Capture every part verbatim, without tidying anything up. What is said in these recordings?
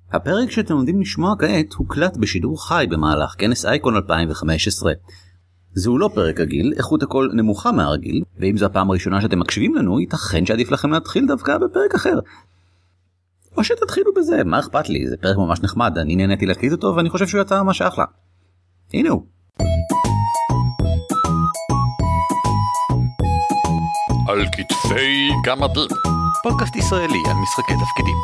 הפרק שאתם עומדים לשמוע כעת הוקלט בשידור חי במהלך כנס אייקון אלפיים וחמש עשרה. זהו לא פרק רגיל, איכות הכל נמוכה מהרגיל, ואם זו הפעם הראשונה שאתם מקשיבים לנו, ייתכן שעדיף לכם להתחיל דווקא בפרק אחר. או שתתחילו בזה, מה אכפת לי? זה פרק ממש נחמד, אני נהניתי להקליט אותו ואני חושב שהוא יצא ממש אחלה. הנה הוא. על כתפי גמדים, פודקאסט ישראלי על משחקי תפקידים.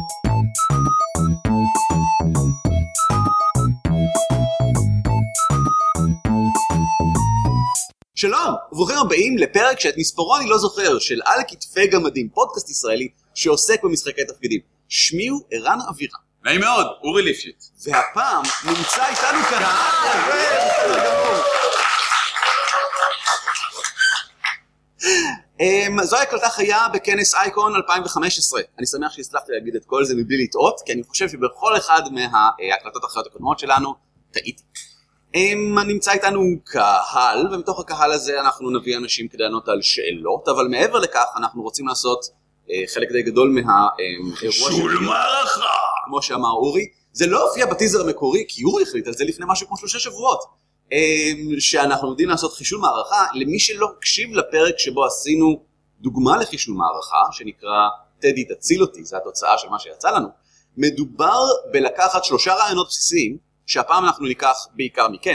שלום, וברוכים הבאים לפרק שאת מספרו אני לא זוכר, של על כתפי גמדים, פודקאסט ישראלי שעוסק במשחקי תפקידים. שמי הוא ערן אבירה. נעים מאוד, אורי ליפשיץ. והפעם נמצא איתנו קהל. בסדר גמור. זו הקלטה חיה בכנס אייקון אלפיים וחמש עשרה. אני שמח שהצלחתי להגיד את כל זה מבלי לטעות, כי אני חושב שבכל אחד מההקלטות החיות הקודמות שלנו טעיתי. נמצא איתנו קהל, ומתוך הקהל הזה אנחנו נביא אנשים כדי לענות על שאלות, אבל מעבר לכך אנחנו רוצים לעשות חלק די גדול מהאירוע שול מערכה, כמו שאמר אורי. זה לא הופיע בטיזר המקורי, כי אורי החליט על זה לפני משהו כמו שלושה שבועות, שאנחנו יודעים לעשות חישול מערכה. למי שלא הקשיב לפרק שבו עשינו דוגמה לחישול מערכה, שנקרא טדי תציל אותי, זה התוצאה של מה שיצא לנו, מדובר בלקחת שלושה רעיונות בסיסיים, שהפעם אנחנו ניקח בעיקר מכם,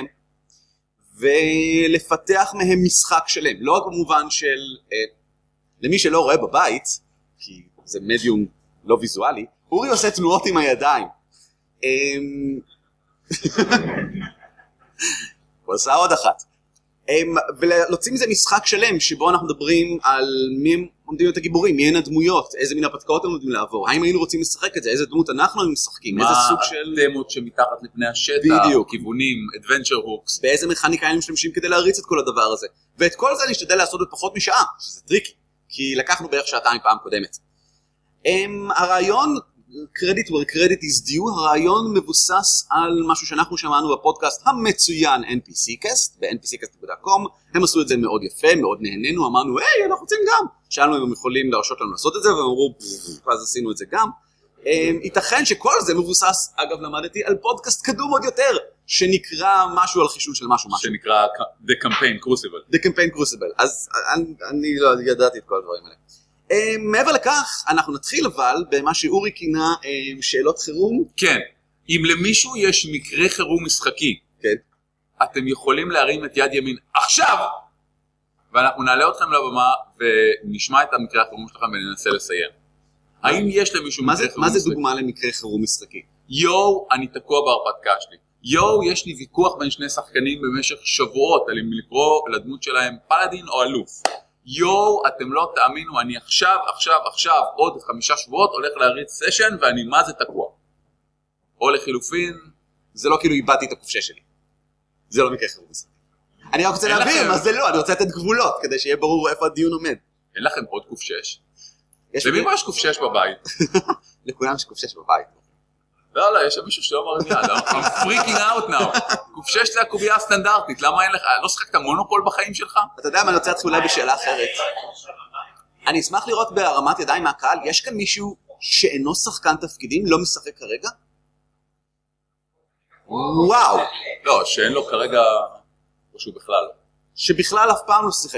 ולפתח מהם משחק שלם. לא רק במובן של, אה, למי שלא רואה בבית, כי זה מדיום לא ויזואלי, אורי עושה תנועות עם הידיים. אה, הוא עושה עוד אחת. אה, ולהוציא מזה משחק שלם, שבו אנחנו מדברים על מי הם עומדים את הגיבורים, מי הן הדמויות, איזה מין הפתקאות הם עומדים לעבור, האם היינו רוצים לשחק את זה, איזה דמות אנחנו משחקים, איזה סוג של... מה התמות שמתחת לפני השטח, בדיוק. כיוונים, adventure hooks. באיזה מכניקה היינו משתמשים כדי להריץ את כל הדבר הזה. ואת כל זה נשתדל לעשות בפחות משעה, שזה טריקי, כי לקחנו בערך שעתיים פעם קודמת. Um, הרעיון, credit where credit is due, הרעיון מבוסס על משהו שאנחנו שמענו בפודקאסט המצוין אן פי סי קאסט, ב-אן פי סי קאסט דוט קום, הם עשו את זה מאוד יפה, מאוד נהנינו, אמרנו, היי, אנחנו רוצים גם. שאלנו אם הם יכולים להרשות לנו לעשות את זה, והם אמרו, אז עשינו את זה גם. ייתכן שכל זה מבוסס, אגב למדתי, על פודקאסט קדום עוד יותר, שנקרא משהו על חישול של משהו משהו. שנקרא The Campaign Crucible. The Campaign Crucible. אז אני, אני לא ידעתי את כל הדברים האלה. מעבר לכך, אנחנו נתחיל אבל במה שאורי כינה שאלות חירום. כן, אם למישהו יש מקרה חירום משחקי, כן. אתם יכולים להרים את יד ימין עכשיו, ואנחנו נעלה אתכם לבמה ונשמע את המקרה החירום שלכם וננסה לסיים. האם יש למישהו מקרה חירום משחקי? מה זה דוגמה למקרה חירום משחקי? יו, אני תקוע בהרפתקה שלי. יו, יש לי ויכוח בין שני שחקנים במשך שבועות, על אם לקרוא לדמות שלהם פלאדין או אלוף. יו, אתם לא תאמינו, אני עכשיו, עכשיו, עכשיו, עוד חמישה שבועות הולך להריץ סשן ואני מה זה תקוע. או לחילופין, זה לא כאילו איבדתי את הקופשה שלי. זה לא מקרה חירום משחקי. אני רק רוצה להבין, אז זה לא, אני רוצה לתת גבולות, כדי שיהיה ברור איפה הדיון עומד. אין לכם עוד קופשש? למי מה יש קופשש בבית? לכולם יש קופשש בבית. לא, לא, יש שם מישהו שלא מרים יד, I'm freaking out now. קופשש זה הקובייה הסטנדרטית, למה אין לך, לא שחקת מונופול בחיים שלך? אתה יודע מה, אני רוצה להתחיל אולי בשאלה אחרת. אני אשמח לראות בהרמת ידיים מהקהל, יש כאן מישהו שאינו שחקן תפקידים, לא משחק כרגע? וואו. לא, שאין לו כרגע, או שהוא בכלל. שבכלל אף פעם לא שיחק.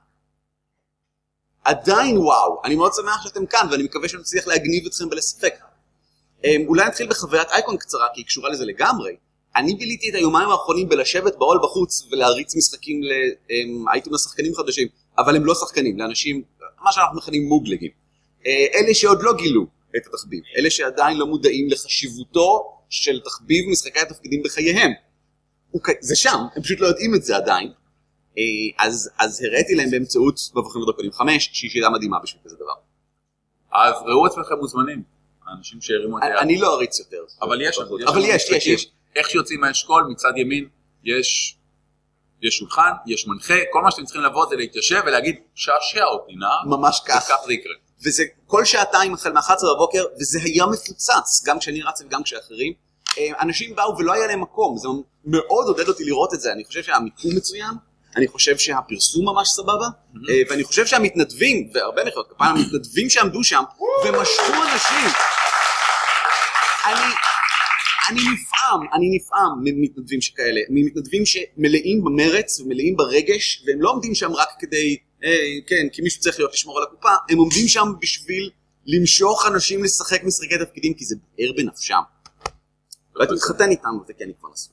עדיין וואו, אני מאוד שמח שאתם כאן, ואני מקווה שנצליח להגניב אתכם ולשחק. אולי נתחיל בחוויית אייקון קצרה, כי היא קשורה לזה לגמרי. אני ביליתי את היומיים האחרונים בלשבת בעול בחוץ, ולהריץ משחקים לאייטון השחקנים חדשים, אבל הם לא שחקנים, לאנשים, מה שאנחנו מכנים מוגלגים. אלה שעוד לא גילו את התחביב, אלה שעדיין לא מודעים לחשיבותו של תחביב משחקי התפקידים בחייהם. זה שם, הם פשוט לא יודעים את זה עדיין. אז, אז הראיתי להם באמצעות מבוכים ודרקונים חמש, שהיא שאלה מדהימה בשביל כזה דבר. אז ראו עצמכם מוזמנים, האנשים שהרימו את היד. אני לא אריץ יותר. אבל יש, אבל יש, יש, יש. איך שיוצאים מהאשכול, מצד ימין, יש, יש שולחן, יש מנחה, כל מה שאתם צריכים לבוא זה להתיישב ולהגיד, שעשע אותי, נא. ממש כך. וכך זה יקרה. וזה כל שעתיים החל מ-אחת עשרה בבוקר, וזה היה מפוצץ, גם כשאני רץ וגם כשאחרים. אנשים באו ולא היה להם מקום, זה מאוד עודד אותי לראות את זה. אני חושב שהמיקום מצוין, אני חושב שהפרסום ממש סבבה, ואני חושב שהמתנדבים, והרבה מחיאות כפיים, המתנדבים שעמדו שם, ומשכו אנשים. אני, אני נפעם, אני נפעם ממתנדבים שכאלה, ממתנדבים שמלאים במרץ ומלאים ברגש, והם לא עומדים שם רק כדי, אה, כן, כי מישהו צריך להיות לשמור על הקופה, הם עומדים שם בשביל למשוך אנשים לשחק משחקי תפקידים, כי זה בוער בנפשם. לא הייתי מתחתן איתם, וזה כן כבר נסו.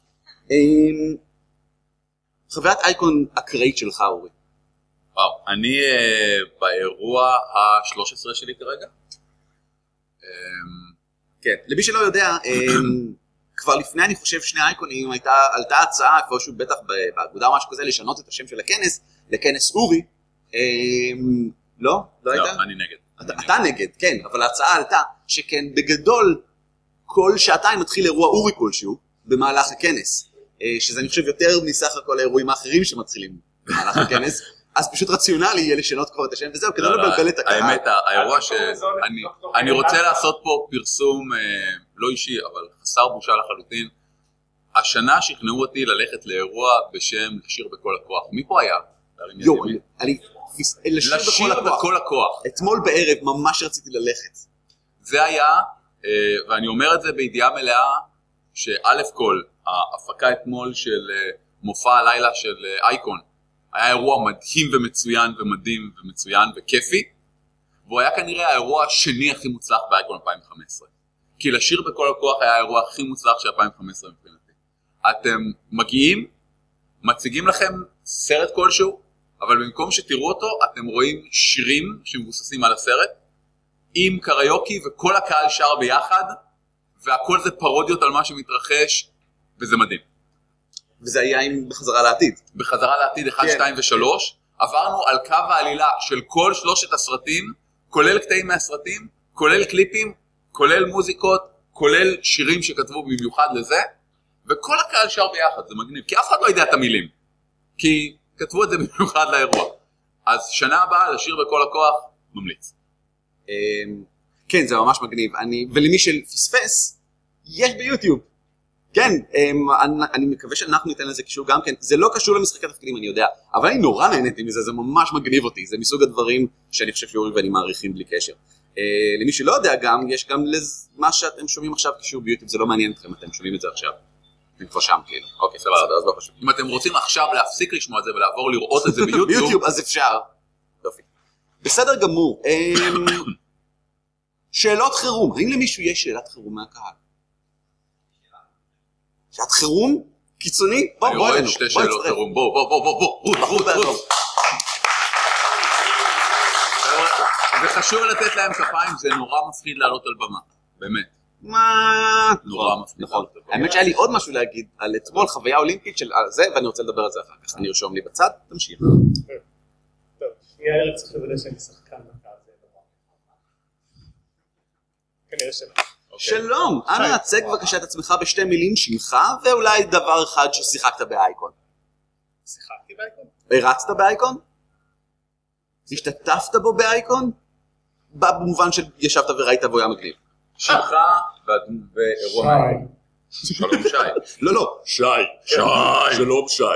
חוויית אייקון אקראית שלך, אורי. וואו, אני uh, באירוע ה-שלוש עשרה שלי כרגע. Um, כן, למי שלא יודע, um, כבר לפני אני חושב שני אייקונים, הייתה, עלתה הצעה, איפשהו בטח באגודה או משהו כזה, לשנות את השם של הכנס, לכנס אורי. Um, לא? לא הייתה? לא, אני נגד. אתה, אני אתה נגד. נגד, כן, אבל ההצעה עלתה, שכן בגדול, כל שעתיים מתחיל אירוע אורי כלשהו, במהלך הכנס. שזה אני חושב יותר מסך הכל האירועים האחרים שמתחילים במהלך הכנס. אז פשוט רציונלי יהיה לשנות כבר את השם וזהו, כדי לא לבלבל את הקהל. האמת, האירוע שאני רוצה לעשות פה פרסום לא אישי, אבל חסר בושה לחלוטין. השנה שכנעו אותי ללכת לאירוע בשם לשיר בכל הכוח. מי פה היה? יו, אני... לשיר בכל הכוח. אתמול בערב ממש רציתי ללכת. זה היה, ואני אומר את זה בידיעה מלאה, שא' כל, ההפקה אתמול של מופע הלילה של אייקון, היה אירוע מדהים ומצוין ומדהים ומצוין וכיפי, והוא היה כנראה האירוע השני הכי מוצלח באייקון אלפיים וחמש עשרה. כי לשיר בכל הכוח היה האירוע הכי מוצלח של אלפיים וחמש עשרה מבחינתי. אתם מגיעים, מציגים לכם סרט כלשהו, אבל במקום שתראו אותו, אתם רואים שירים שמבוססים על הסרט, עם קריוקי וכל הקהל שר ביחד, והכל זה פרודיות על מה שמתרחש, וזה מדהים. וזה היה עם בחזרה לעתיד. בחזרה לעתיד אחת, שתיים ושלוש, עברנו על קו העלילה של כל שלושת הסרטים, כולל קטעים מהסרטים, כולל קליפים, כולל מוזיקות, כולל שירים שכתבו במיוחד לזה, וכל הקהל שר ביחד, זה מגניב, כי אף אחד לא יודע את המילים, כי כתבו את זה במיוחד לאירוע. אז שנה הבאה לשיר בכל הכוח, ממליץ. כן, זה ממש מגניב. אני, ולמי שפספס, יש ביוטיוב. כן, אני, אני מקווה שאנחנו ניתן לזה קישור גם כן. זה לא קשור למשחקי תפקידים, אני יודע, אבל אני נורא נהניתי מזה, זה ממש מגניב אותי. זה מסוג הדברים שאני חושב שאורי ואני מעריכים בלי קשר. למי שלא יודע גם, יש גם מה שאתם שומעים עכשיו קישור ביוטיוב, זה לא מעניין אתכם, אתם שומעים את זה עכשיו. אתם כבר שם כאילו. אוקיי, סבבה, אז לא חשוב. אם אתם רוצים עכשיו להפסיק לשמוע את זה ולעבור לראות את זה ביוטיוב, ביוטיוב, אז אפשר. בסדר גמור. שאלות חירום. האם למישהו יש שאלת חירום מהקהל? שאלת חירום? קיצוני? בוא, בוא אלינו. שתי שאלות חירום. בוא, בוא, בוא, בוא, בוא. רות, רות, רות. זה חשוב לתת להם כפיים, זה נורא מפחיד לעלות על במה. באמת. מה? נורא מפחיד. נכון. האמת שהיה לי עוד משהו להגיד על אתמול, חוויה אולימפית של זה, ואני רוצה לדבר על זה אחר כך. אני ארשום לי בצד, תמשיך. טוב, שנייה ארץ צריך לוודא שאני שחקן מהקהל. כנראה שלא. שלום, אנא הצג בבקשה את עצמך בשתי מילים, שמך, ואולי דבר אחד ששיחקת באייקון. שיחקתי באייקון? הרצת באייקון? השתתפת בו באייקון? במובן שישבת וראית בו היה מגניב. שמך ואירוע מהיום. שלום שי. לא, לא. שי. שי. שלום שי.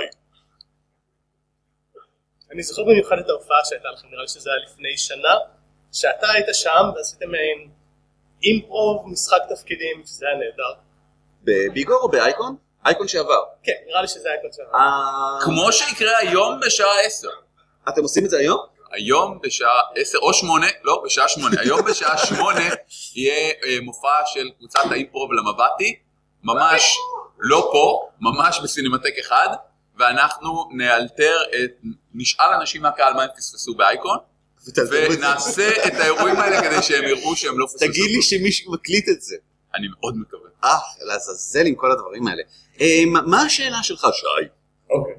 אני זוכר במיוחד את ההופעה שהייתה לכם, נראה לי שזה היה לפני שנה, שאתה היית שם ועשיתם מעין אימפרוב, משחק תפקידים, שזה היה נהדר. בביגור או באייקון? אייקון שעבר. כן, נראה לי שזה אייקון שעבר. כמו שיקרה היום בשעה עשר. אתם עושים את זה היום? היום בשעה עשר או שמונה, לא, בשעה שמונה. היום בשעה שמונה יהיה מופע של קבוצת האימפרוב למבטי, ממש לא פה, ממש בסינמטק אחד, ואנחנו נאלתר את, נשאל אנשים מהקהל מה הם פספסו באייקון, ונעשה את האירועים האלה כדי שהם יראו שהם לא פספסו. תגיד לי שמישהו מקליט את זה. אני מאוד מקווה. אה, לעזאזל עם כל הדברים האלה. מה השאלה שלך, שי? אוקיי.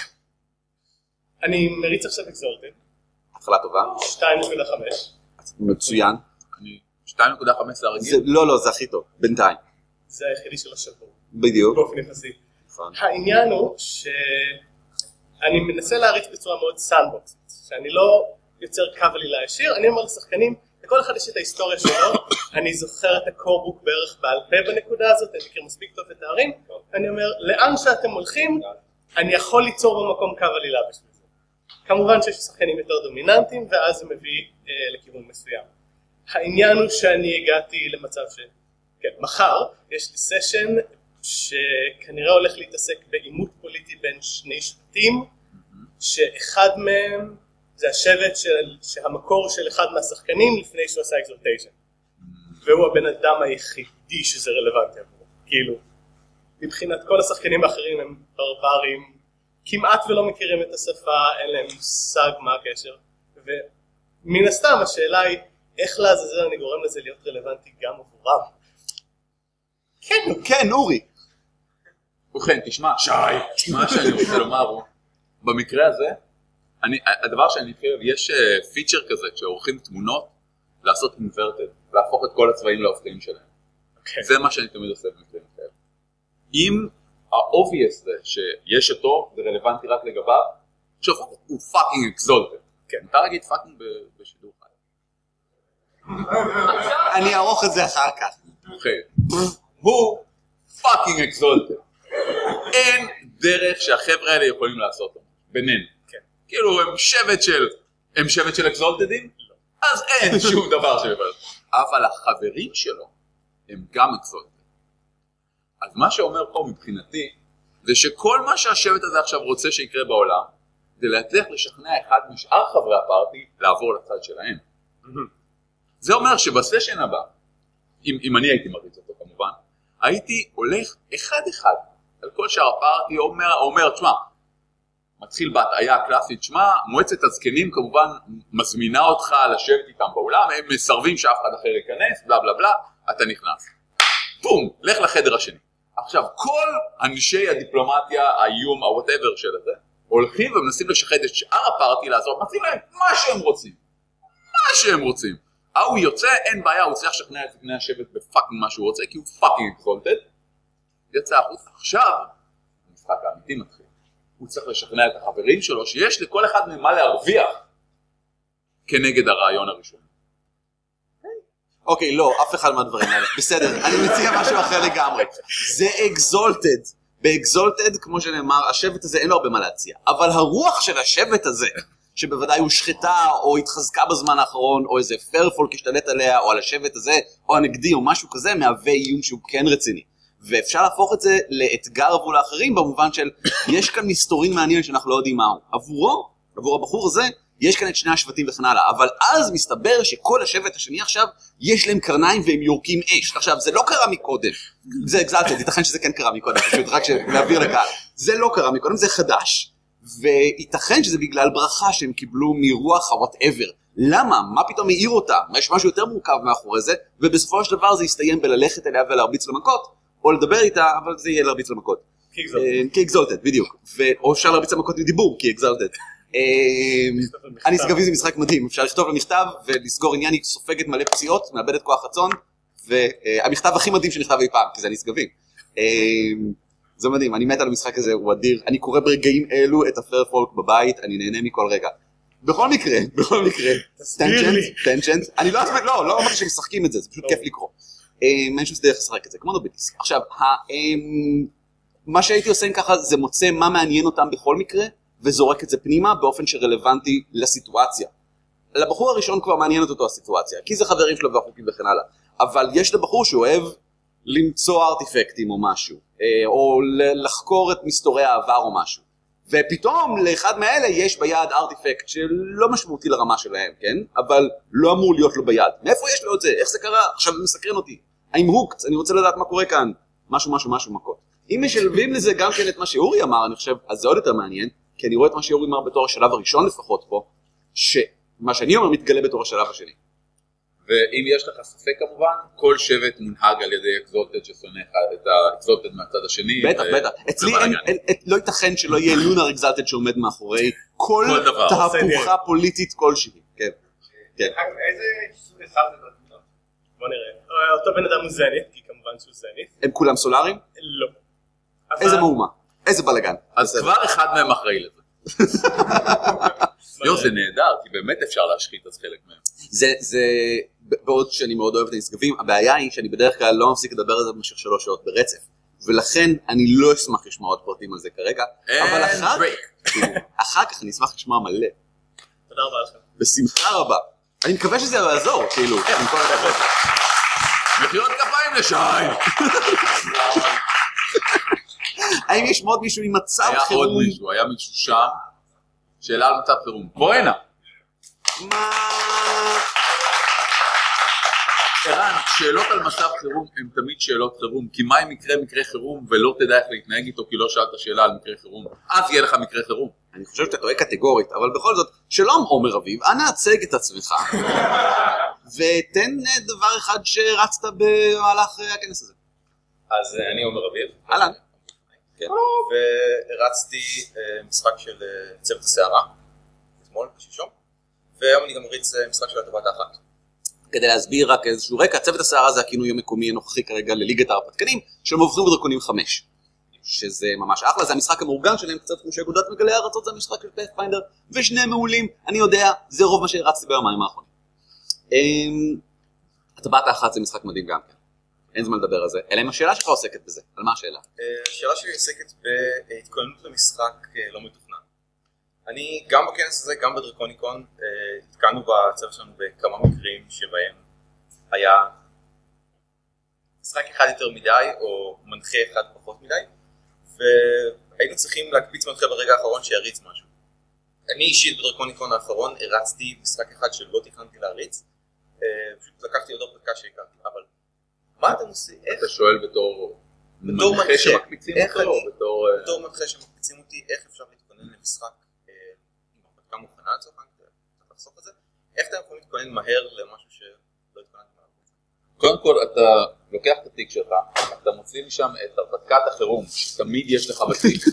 אני מריץ עכשיו אקזולטד. התחלה טובה. שתיים נקודה חמש. מצוין. אני שתיים נקודה חמש זה הרגיל? לא, לא, זה הכי טוב, בינתיים. זה היחידי של השבוע. בדיוק. באופן יחסי. העניין הוא שאני מנסה להריץ בצורה מאוד סנדבוקסית, שאני לא יוצר קו עלילה ישיר, אני אומר לשחקנים, לכל אחד יש את ההיסטוריה שלו, אני זוכר את הקורבוק בערך בעל פה בנקודה הזאת, אני מכיר מספיק טוב את הערים, אני אומר, לאן שאתם הולכים, אני יכול ליצור במקום קו עלילה בשביל זה. כמובן שיש שחקנים יותר דומיננטיים, ואז זה מביא אה, לכיוון מסוים. העניין הוא שאני הגעתי למצב כן, מחר יש לי סשן שכנראה הולך להתעסק בעימות פוליטי בין שני שבטים, שאחד מהם זה השבט של, שהמקור של אחד מהשחקנים לפני שהוא עשה אקזולטיישן. והוא הבן אדם היחידי שזה רלוונטי עבורו. כאילו, מבחינת כל השחקנים האחרים הם ברברים, כמעט ולא מכירים את השפה, אין להם מושג מה הקשר. ומן הסתם השאלה היא, איך לעזאזל אני גורם לזה להיות רלוונטי גם עבורם? כן, כן, אורי. ובכן, תשמע, שי, מה שאני רוצה לומר הוא, במקרה הזה, אני, הדבר שאני חושב, יש פיצ'ר כזה, כשעורכים תמונות, לעשות inverted, להפוך את כל הצבעים לאופיים שלהם. Okay. זה מה שאני תמיד עושה במקרים כאלה. אם ה-obvious זה שיש אותו, זה רלוונטי רק לגביו, עכשיו הוא fucking exalted. כן. מותר להגיד fucking בשידור חי. אני אערוך את זה אחר כך. אוקיי. הוא fucking exalted. אין דרך שהחבר'ה האלה יכולים לעשות אותו. בינינו. כן. כאילו הם שבט של, הם שבט של exaltedים? לא. אז אין שום דבר שבט. אבל החברים שלו הם גם exalted. אז מה שאומר פה מבחינתי, זה שכל מה שהשבט הזה עכשיו רוצה שיקרה בעולם, זה להצליח לשכנע אחד משאר חברי הפארטי לעבור לצד שלהם. זה אומר שבסשן הבא, אם, אם אני הייתי מריץ אותו כמובן, הייתי הולך אחד אחד על כל שאר הפארטי, אומר, אומר, תשמע, מתחיל בהטעיה הקלאסית, תשמע, מועצת הזקנים כמובן מזמינה אותך לשבת איתם בעולם, הם מסרבים שאף אחד אחר ייכנס, בלה בלה בלה, אתה נכנס. בום, לך לחדר השני. עכשיו, כל אנשי הדיפלומטיה, האיום, ה-whatever של זה, הולכים ומנסים לשחד את שאר הפארטי לעזור, מציעים להם מה שהם רוצים. מה שהם רוצים. הוא יוצא, אין בעיה, הוא צריך לשכנע את בני השבט בפאקינג מה שהוא רוצה, כי הוא פאקינג exalted. יצא החוץ. עכשיו, המשחק האמיתי מתחיל. הוא צריך לשכנע את החברים שלו, שיש לכל אחד ממה להרוויח כנגד הרעיון הראשון. אוקיי, לא, אף אחד מהדברים האלה. בסדר, אני מציע משהו אחר לגמרי. זה exalted. ב-exalted, כמו שנאמר, השבט הזה אין לו הרבה מה להציע. אבל הרוח של השבט הזה, שבוודאי הוא שחטה או התחזקה בזמן האחרון, או איזה פרפולק השתלט עליה, או על השבט הזה, או הנגדי, או משהו כזה, מהווה איום שהוא כן רציני. ואפשר להפוך את זה לאתגר עבור האחרים, במובן של, יש כאן מסתורין מעניין שאנחנו לא יודעים מהו. עבורו, עבור הבחור הזה, יש כאן את שני השבטים וכן הלאה, אבל אז מסתבר שכל השבט השני עכשיו, יש להם קרניים והם יורקים אש. עכשיו, זה לא קרה מקודם. זה אקזלטד, ייתכן שזה כן קרה מקודם, פשוט רק להעביר לקהל. זה לא קרה מקודם, זה חדש. וייתכן שזה בגלל ברכה שהם קיבלו מרוח ה-whatever. למה? מה פתאום העיר אותה? יש משהו יותר מורכב מאחורי זה, ובסופו של דבר זה יסתיים בללכת אליה ולהרביץ למכות, או לדבר איתה, אבל זה יהיה להרביץ למכות. כי אקזלטד, בדיוק. או אפשר להרביץ למכות מדיבור, כי אקזלטד. אני סגבי זה משחק מדהים, אפשר לכתוב למכתב ולסגור עניין, היא סופגת מלא פציעות, מאבדת כוח רצון, והמכתב הכי מדהים שנכתב אי פעם, כי זה אני סגבי. זה מדהים, אני מת על המשחק הזה, הוא אדיר, אני קורא ברגעים אלו את הפרפולק בבית, אני נהנה מכל רגע. בכל מקרה, בכל מקרה, טנצ'נט, טנצ'נט, אני לא אספק, לא, לא אמרתי שמשחקים את זה, זה פשוט כיף לקרוא. אין שום דרך לשחק את זה, כמו נובדיסק. עכשיו, מה שהייתי עושה ככה, זה מוצא מה מעניין אותם בכל מקרה, וזורק את זה פנימה באופן שרלוונטי לסיטואציה. לבחור הראשון כבר מעניינת אותו הסיטואציה, כי זה חברים שלו והחוקים וכן הלאה. אבל יש לבחור שהוא אוהב למצוא ארטיפקטים או משהו, או לחקור את מסתורי העבר או משהו. ופתאום לאחד מאלה יש ביד ארטיפקט שלא משמעותי לרמה שלהם, כן? אבל לא אמור להיות לו ביד. מאיפה יש לו את זה? איך זה קרה? עכשיו זה מסקרן אותי. I'm hooked, אני רוצה לדעת מה קורה כאן. משהו, משהו, משהו, מכות. אם משלבים לזה גם כן את מה שאורי אמר, אני חושב, אז זה עוד יותר מעניין, כי אני רואה את מה שאורי אמר בתור השלב הראשון לפחות פה, שמה שאני אומר מתגלה בתור השלב השני. ואם יש לך ספק כמובן, כל שבט מונהג על ידי אקזולטד ששונא את האקזולטד מהצד השני. בטח, בטח. אצלי לא ייתכן שלא יהיה לונר אקזולטד שעומד מאחורי כל תהפוכה פוליטית כלשהי. כן. איזה סוג אחד זה בדמות? בוא נראה. אותו בן אדם הוא זנית, כי כמובן שהוא זנית. הם כולם סולאריים? לא. איזה מהומה? איזה בלגן? אז כבר אחד מהם אחראי לזה. יו, זה נהדר, כי באמת אפשר להשחית אז חלק מהם. זה, זה, בעוד שאני מאוד אוהב את הנשגבים, הבעיה היא שאני בדרך כלל לא מפסיק לדבר על זה במשך שלוש שעות ברצף, ולכן אני לא אשמח לשמוע עוד פרטים על זה כרגע, אבל אחר, אחר כך אני אשמח לשמוע מלא. תודה רבה לכם. בשמחה רבה. אני מקווה שזה יעזור, כאילו, עם כל הדבר. מחיאות כפיים לשי. האם יש עוד מישהו עם מצב היה חירום? עוד מישהו, היה מישהו שם, שאלה על מצב חירום. בוא הנה. מה? ערן, שאלות על מצב חירום הן תמיד שאלות חירום, כי מה אם יקרה מקרה חירום ולא תדע איך להתנהג איתו כי לא שאלת שאלה על מקרה חירום, אז יהיה לך מקרה חירום. אני חושב שאתה טועה קטגורית, אבל בכל זאת, שלום עומר אביב, אנא הצג את עצמך, ותן דבר אחד שרצת במהלך הכנס הזה. אז אני עומר אביב. אהלן. כן. והרצתי משחק של צוות הסערה, אתמול, בשלשום, והיום אני גם מריץ משחק של הטבת האחת. כדי להסביר רק איזשהו רקע, צוות הסערה זה הכינוי המקומי הנוכחי כרגע לליגת ההרפתקנים, של מבוכים ודרקונים חמש. שזה ממש אחלה, זה המשחק המאורגן שלהם, קצת כמו שאגודת מגלי הארצות, זה המשחק של פאת'פיינדר, ושני מעולים, אני יודע, זה רוב מה שהרצתי ביומיים האחרונים. הטבעת האחת זה משחק מדהים גם כן, אין זמן לדבר על זה, אלא אם השאלה שלך עוסקת בזה, על מה השאלה? השאלה שלי עוסקת בהתכוננות למשחק לא מתוכנן. אני גם בכנס הזה, גם בדרקוניקון, התקענו בצוות שלנו בכמה מקרים שבהם היה משחק אחד יותר מדי, או מנחה אחד פחות מדי, והיינו צריכים להקפיץ מנחה ברגע האחרון שיריץ משהו. אני אישית בדרקוניקון האחרון הרצתי משחק אחד שלא תכננתי להריץ, פשוט לקחתי עוד הרפתקה שהכרתי, אבל מה אתם עושים? אתה שואל בתור מנחה שמקפיצים אותו? בתור מנחה שמקפיצים אותי, איך אפשר להתכונן למשחק עם הרפתקה מוכנה לצורך הנקודה? צריך לחסוך את זה? איך אתם יכולים להתכונן מהר למשהו שלא התכוננתם עליו? קודם כל אתה לוקח את התיק שלך, אתה מוציא משם את הרפתקת החירום, שתמיד יש לך בתיק.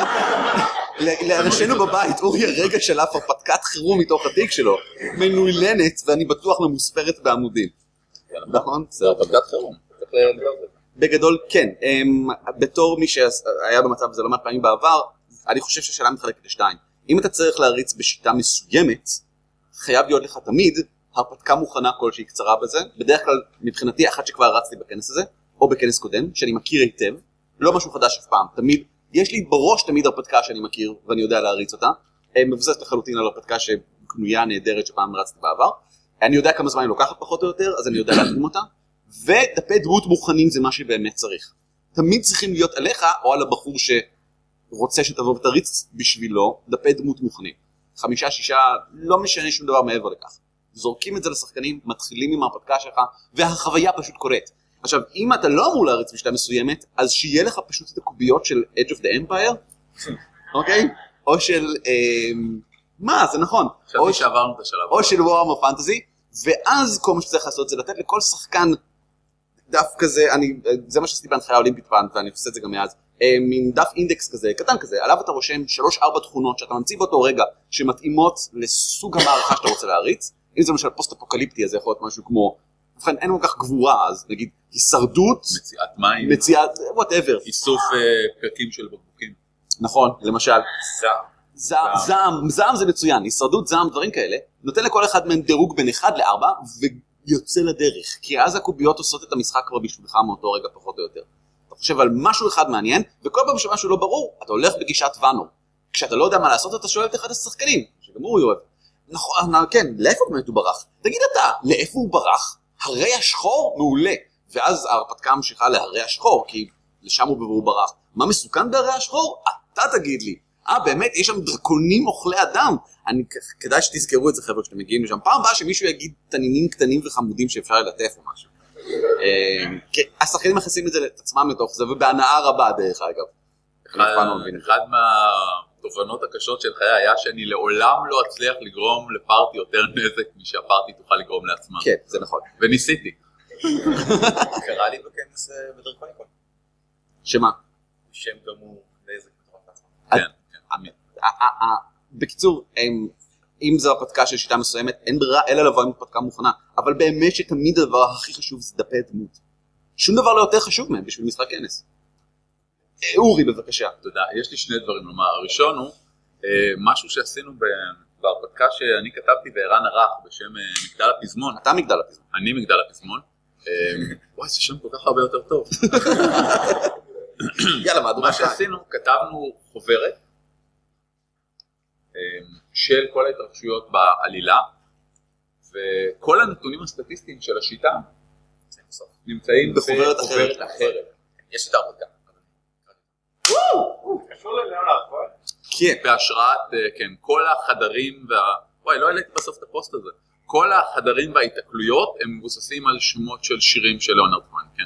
לאנשינו בבית, אורי הרגע שלף הרפתקת חירום מתוך התיק שלו, מנוילנת ואני בטוח ממוספרת בעמודים. נכון? זה הרפתקת חירום. בגדול כן, בתור מי שהיה במצב הזה לא מעט פעמים בעבר, אני חושב שהשאלה מתחלקת לשתיים. אם אתה צריך להריץ בשיטה מסוימת, חייב להיות לך תמיד הרפתקה מוכנה כלשהי קצרה בזה, בדרך כלל מבחינתי אחת שכבר רצתי בכנס הזה, או בכנס קודם, שאני מכיר היטב, לא משהו חדש אף פעם, תמיד, יש לי בראש תמיד הרפתקה שאני מכיר ואני יודע להריץ אותה, מבוססת לחלוטין על הרפתקה שקנויה נהדרת שפעם רצתי בעבר, אני יודע כמה זמן היא לוקחת פחות או יותר, אז אני יודע להתאים אותה, ודפי דמות מוכנים זה מה שבאמת צריך. תמיד צריכים להיות עליך או על הבחור שרוצה שתבוא ותריץ בשבילו דפי דמות מוכנים. חמישה, שישה, לא משנה שום דבר מעבר לכך. זורקים את זה לשחקנים, מתחילים עם ההרפתקה שלך, והחוויה פשוט קורית. עכשיו, אם אתה לא אמור להריץ בשיטה מסוימת, אז שיהיה לך פשוט את הקוביות של Edge of the Empire, אוקיי? או של, מה, זה נכון. חשבתי שעברנו את השלב. או של Warhammer Fantasy, ואז כל מה שצריך לעשות זה לתת לכל שחקן דף כזה, אני, זה מה שעשיתי בהנחיה האולימפית פעם, ואני עושה את זה גם מאז, מין דף אינדקס כזה, קטן כזה, עליו אתה רושם שלוש ארבע תכונות שאתה ממציא באותו רגע, שמתאימות לסוג המערכה שאתה רוצה להריץ. אם זה למשל פוסט-אפוקליפטי, אז זה יכול להיות משהו כמו, ובכן, אין כל כך גבורה, אז נגיד, הישרדות, מציאת מים, מציאת, whatever. איסוף פרקים של בקבוקים. נכון, למשל. זעם. זעם, זעם זה מצוין, הישרדות, זעם, דברים כאלה, נותן לכל אחד מהם דירוג בין אחד לארבע, ויוצא לדרך, כי אז הקוביות עושות את המשחק כבר בשבילך מאותו רגע פחות או יותר. אתה חושב על משהו אחד מעניין, וכל פעם שמשהו לא ברור, אתה הולך בגישת ואנו. כשאתה לא יודע מה לעשות, אתה שואל את אחד השחקנים, שגם הוא יאהב. נכון, כן, לאיפה באמת הוא ברח? תגיד אתה, לאיפה הוא ברח? הרי השחור מעולה. ואז ההרפתקה ממשיכה להרי השחור, כי לשם הוא בבור ברח. מה מסוכן בהרי השחור? אתה תגיד לי. אה, באמת, יש שם דרקונים אוכלי אדם. אני, כדאי שתזכרו את זה, חבר'ה, כשאתם מגיעים לשם. פעם הבאה שמישהו יגיד תנינים קטנים וחמודים שאפשר ללטף או משהו. השחקנים מכניסים את זה לעצמם לתוך זה, ובהנאה רבה דרך אגב. אחד מהתובנות הקשות של חיי היה שאני לעולם לא אצליח לגרום לפארטי יותר נזק משהפארטי תוכל לגרום לעצמה. כן, זה נכון. וניסיתי. קרה לי בכנס בדרקוניקון. שמה? שהם גרמו נזק בתוך לעצמם. כן, כן. בקיצור, אם זו הרפתקה של שיטה מסוימת, אין ברירה אלא לבוא עם הרפתקה מוכנה, אבל באמת שתמיד הדבר הכי חשוב זה דפי דמות. שום דבר לא יותר חשוב מהם בשביל משחק כנס. אורי, בבקשה. תודה. יש לי שני דברים לומר. הראשון הוא משהו שעשינו בהרפתקה שאני כתבתי בערן ערך בשם מגדל הפזמון. אתה מגדל הפזמון. אני מגדל הפזמון. וואי, זה שם כל כך הרבה יותר טוב. יאללה, מהדורה. מה שעשינו, כתבנו חוברת של כל ההתרחשויות בעלילה, וכל הנתונים הסטטיסטיים של השיטה בסוף. נמצאים בחוברת אחרת. אחרת. יש את ההרפתקה. קשור ללאונרד כהן? כן. בהשראת, כן, כל החדרים וה... וואי, לא העליתי בסוף את הפוסט הזה. כל החדרים וההתקלויות הם מבוססים על שמות של שירים של לאונרד כהן, כן.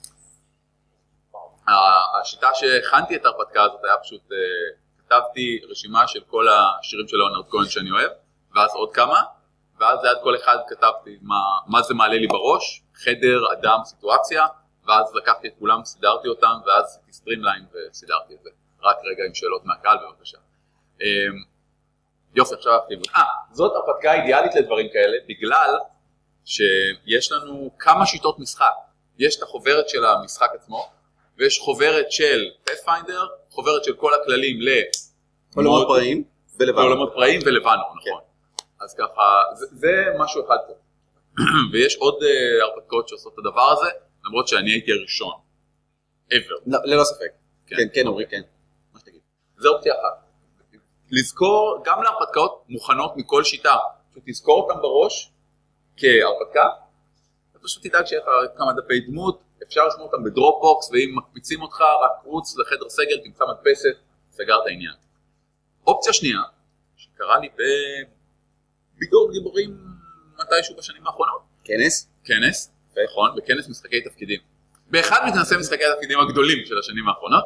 השיטה שהכנתי את ההרפתקה הזאת היה פשוט, כתבתי רשימה של כל השירים של לאונרד כהן שאני אוהב, ואז עוד כמה, ואז ליד כל אחד כתבתי מה, מה זה מעלה לי בראש, חדר, אדם, סיטואציה, ואז לקחתי את כולם, סידרתי אותם, ואז עשיתי סטרימליין וסידרתי את זה. רק רגע עם שאלות מהקהל בבקשה. יופי, עכשיו אכתיב. אה, זאת הרפתקה אידיאלית לדברים כאלה, בגלל שיש לנו כמה שיטות משחק. יש את החוברת של המשחק עצמו, ויש חוברת של Pathfinder, חוברת של כל הכללים לעולמות פראיים ולבנור. לעולמות פראיים ולבנור, נכון. אז ככה, זה, זה משהו אחד פה. ויש עוד uh, הרפתקאות שעושות את הדבר הזה, למרות שאני הייתי הראשון. ever. לא, ללא ספק. כן, כן, כן, אורי, כן. מה שתגיד. זה אופציה אחת. לזכור גם להרפתקאות מוכנות מכל שיטה. פשוט תזכור אותם בראש כהרפתקה, ופשוט תדאג שיהיה לך כמה דפי דמות, אפשר לשמור אותם בדרופבוקס, ואם מקפיצים אותך, רק רוץ לחדר סגל, תמצא מדפסת, סגר את העניין. אופציה שנייה, שקרה לי בביגור גיבורים מתישהו בשנים האחרונות. כנס? כנס, נכון, בכנס משחקי תפקידים. באחד מכנסי משחקי התפקידים הגדולים של השנים האחרונות,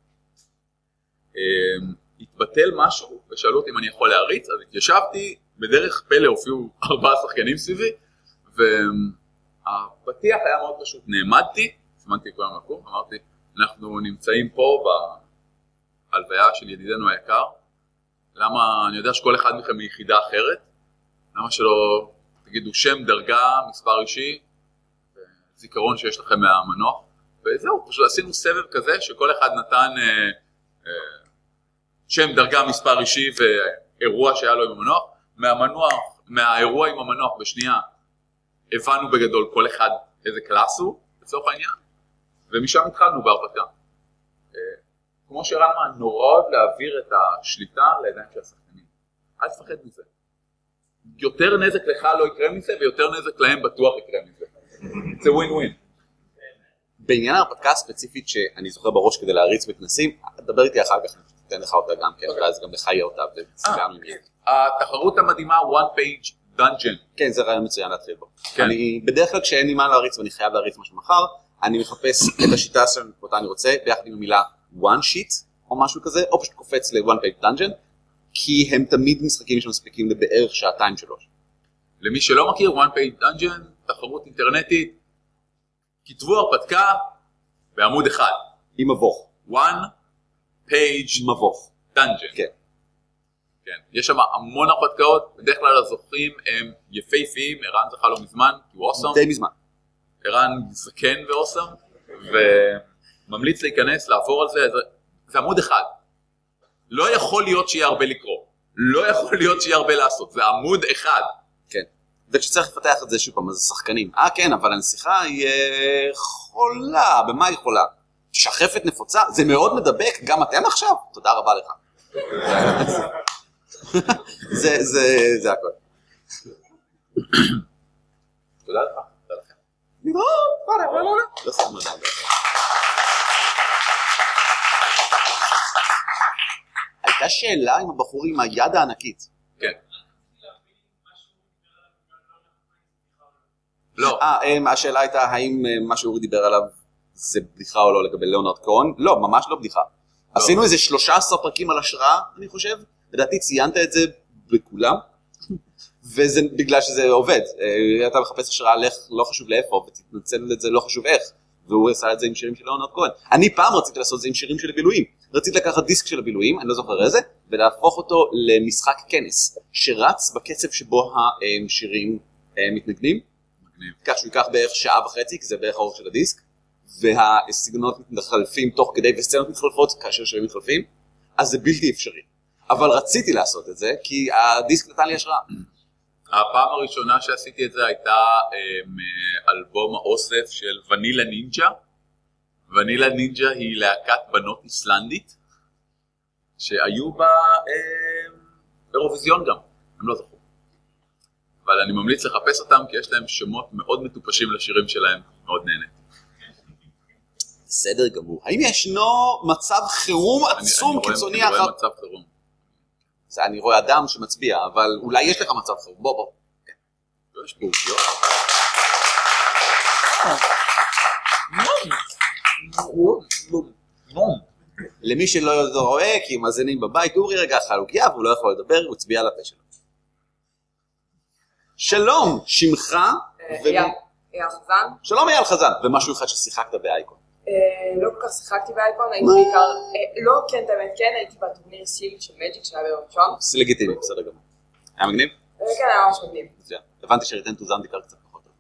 התבטל משהו, ושאלו אותי אם אני יכול להריץ, אז התיישבתי, בדרך פלא הופיעו ארבעה שחקנים סביבי, והפתיח היה מאוד פשוט, נעמדתי, זמנתי כל המקום, אמרתי, אנחנו נמצאים פה בהלוויה של ידידנו היקר, למה, אני יודע שכל אחד מכם מיחידה אחרת, למה שלא תגידו שם, דרגה, מספר אישי, זיכרון שיש לכם מהמנוח, וזהו, פשוט עשינו סבב כזה, שכל אחד נתן אה, אה, שם, דרגה, מספר אישי ואירוע שהיה לו עם המנוח, מהמנוח, מהאירוע עם המנוח בשנייה, הבנו בגדול כל אחד איזה קלאס הוא, לצורך העניין, ומשם התחלנו בהרפתקה. אה, כמו שרמה, נורא אוהב להעביר את השליטה לידיים של השחקנים. אל תפחד מזה. יותר נזק לך לא יקרה מזה, ויותר נזק להם בטוח יקרה מזה. זה ווין ווין. בעניין ההרפתקה הספציפית שאני זוכר בראש כדי להריץ בכנסים, תדבר איתי אחר כך, נתן לך אותה גם כן, ואז גם לך יהיה אותה. התחרות המדהימה one page dungeon. כן, זה רעיון מצוין להתחיל בו. אני בדרך כלל כשאין לי מה להריץ ואני חייב להריץ משהו מחר, אני מחפש את השיטה שאותה אני רוצה, ביחד עם המילה one sheet או משהו כזה, או פשוט קופץ ל-one page dungeon, כי הם תמיד משחקים שמספיקים לבערך שעתיים שלוש. למי שלא מכיר, one page dungeon, תחרות אינטרנטית, כתבו הרפתקה בעמוד אחד. עם מבוך. one page מבוך. dungeon. כן. כן. יש שם המון הרפתקאות, בדרך כלל הזוכים הם יפהפיים, ערן זכה לא מזמן, כי הוא אוסם. די מזמן. ערן זקן ואוסם, וממליץ להיכנס, לעבור על זה, זה, זה עמוד אחד. לא יכול להיות שיהיה הרבה לקרוא. לא יכול להיות שיהיה הרבה לעשות. זה עמוד אחד. כן. וכשצריך לפתח את זה שוב פעם, אז השחקנים. אה, כן, אבל הנסיכה היא חולה. במה היא חולה? שחפת נפוצה? זה מאוד מדבק. גם אתם עכשיו? תודה רבה לך. זה, זה, זה הכל. תודה לך. תודה לכם. לא, לא, לא, לא. לא סתם מדבר. הייתה שאלה עם הבחור עם היד הענקית. כן. לא. אה, השאלה הייתה האם מה שאורי דיבר עליו זה בדיחה או לא לגבי לאונרד כהן? לא, ממש לא בדיחה. עשינו איזה שלושה עשר פרקים על השראה, אני חושב. לדעתי ציינת את זה בכולם. וזה בגלל שזה עובד. אתה מחפש השראה, לך לא חשוב לאיפה, ותתנצל את זה לא חשוב איך. והוא עשה את זה עם שירים של לאונרד כהן. אני פעם רציתי לעשות את זה עם שירים של הבילויים. רציתי לקחת דיסק של הבילויים, אני לא זוכר איזה, ולהפוך אותו למשחק כנס, שרץ בקצב שבו השירים מתנגנים. כך שהוא ייקח בערך שעה וחצי, כי זה בערך האורך של הדיסק, והסגנונות מתחלפים תוך כדי, וסצנות מתחלפות כאשר שירים מתחלפים, אז זה בלתי אפשרי. אבל רציתי לעשות את זה, כי הדיסק נתן לי השראה. הפעם הראשונה שעשיתי את זה הייתה מאלבום האוסף של ונילה נינג'ה. ונילה נינג'ה היא להקת בנות איסלנדית, שהיו באירוויזיון גם, הם לא זכו. אבל אני ממליץ לחפש אותם כי יש להם שמות מאוד מטופשים לשירים שלהם, מאוד נהנה. בסדר גמור. האם ישנו מצב חירום עצום קיצוני אחר? אני רואה מצב חירום. זה אני רואה אדם שמצביע, אבל אולי יש לך מצב חירום. בוא בוא. יש פה אופיות. למי שלא רואה, כי מאזינים בבית, אורי רגע חלוקיה, והוא לא יכול לדבר, הוא הצביע על הפה שלו. שלום, שמך? אייל חזן. שלום אייל חזן, ומשהו אחד ששיחקת באייקון. לא כל כך שיחקתי באייקון, הייתי בעיקר, לא כן, באמת כן, הייתי בטורניר סילד של מג'יק שהיה ביום ראשון. זה לגיטימי, בסדר גמור. היה מגניב? כן, היה ממש מגניב. הבנתי שריטן טוזן דיקר קצת פחות טוב.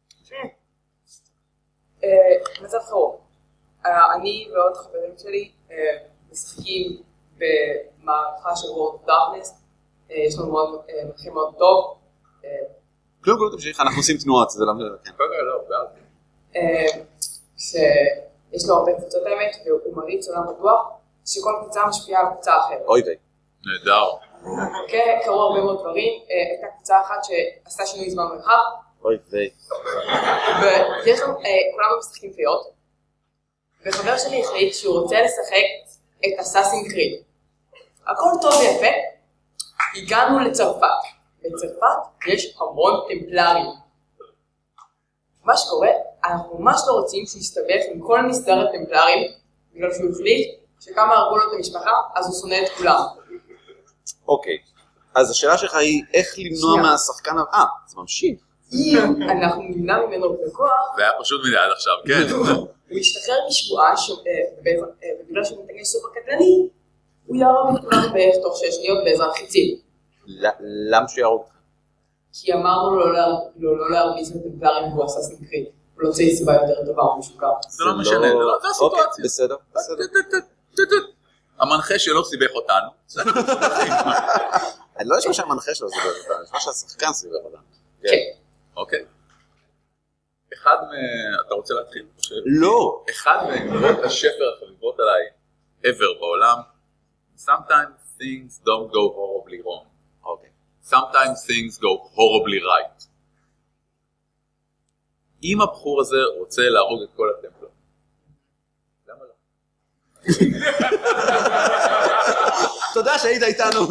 מצב חירום. אני ועוד חברים שלי משחקים במערכה של World of Darkness. יש לנו מנחים מאוד טוב. כלום, כלום, תמשיך, אנחנו עושים תנועות, זה לא מלא, כן. לא, בעד. שיש לו הרבה קבוצות האמת, והוא מריץ עולם בטוח, שכל קבוצה משפיעה על קבוצה אחרת. אוי די. נהדר. כן, קראו הרבה מאוד דברים, הייתה קבוצה אחת שעשתה שינוי זמן מרחב. אוי די. ויש לנו, כולנו משחקים פיות, וחבר שלי החליט שהוא רוצה לשחק את אסאסין קריד. הכל טוב ויפה, הגענו לצרפת. בצרפת יש המון טמפלרים. מה שקורה, אנחנו ממש לא רוצים שהוא יסתבך עם כל מסדר הטמפלרים, בגלל שהוא החליט שכמה הרגו לו את המשפחה, אז הוא שונא את כולם. אוקיי, אז השאלה שלך היא איך למנוע מהשחקן... אה, זה ממשיך. אם אנחנו נמנע ממנו בכוח... זה היה פשוט מדי עד עכשיו, כן. הוא ישתחרר משבועה, ובגלל שהוא מתנגש סופר קטלני, הוא יהרוג את כולנו בערך תוך שש שניות בעזרת חיצים. למה שהוא יהרוג אותך? כי אמרנו לו לא להרביץ לטמפלרים והוא אסאסין קריד. הוא לא צריך סיבה יותר טובה או משוקע. זה לא משנה, זה הסיטואציה. בסדר, בסדר. המנחה שלו סיבך אותנו. אני לא חושב שהמנחה שלו סיבך אותנו, אני חושב שהשחקן סיבך אותנו. כן. אוקיי. אחד מ... אתה רוצה להתחיל? לא. אחד מאמרות השפר החביבות עליי ever בעולם, sometimes things don't go horribly wrong. אוקיי. Sometimes things go horribly right. אם הבחור הזה רוצה להרוג את כל הטמפלר, למה לא? תודה שהיית איתנו.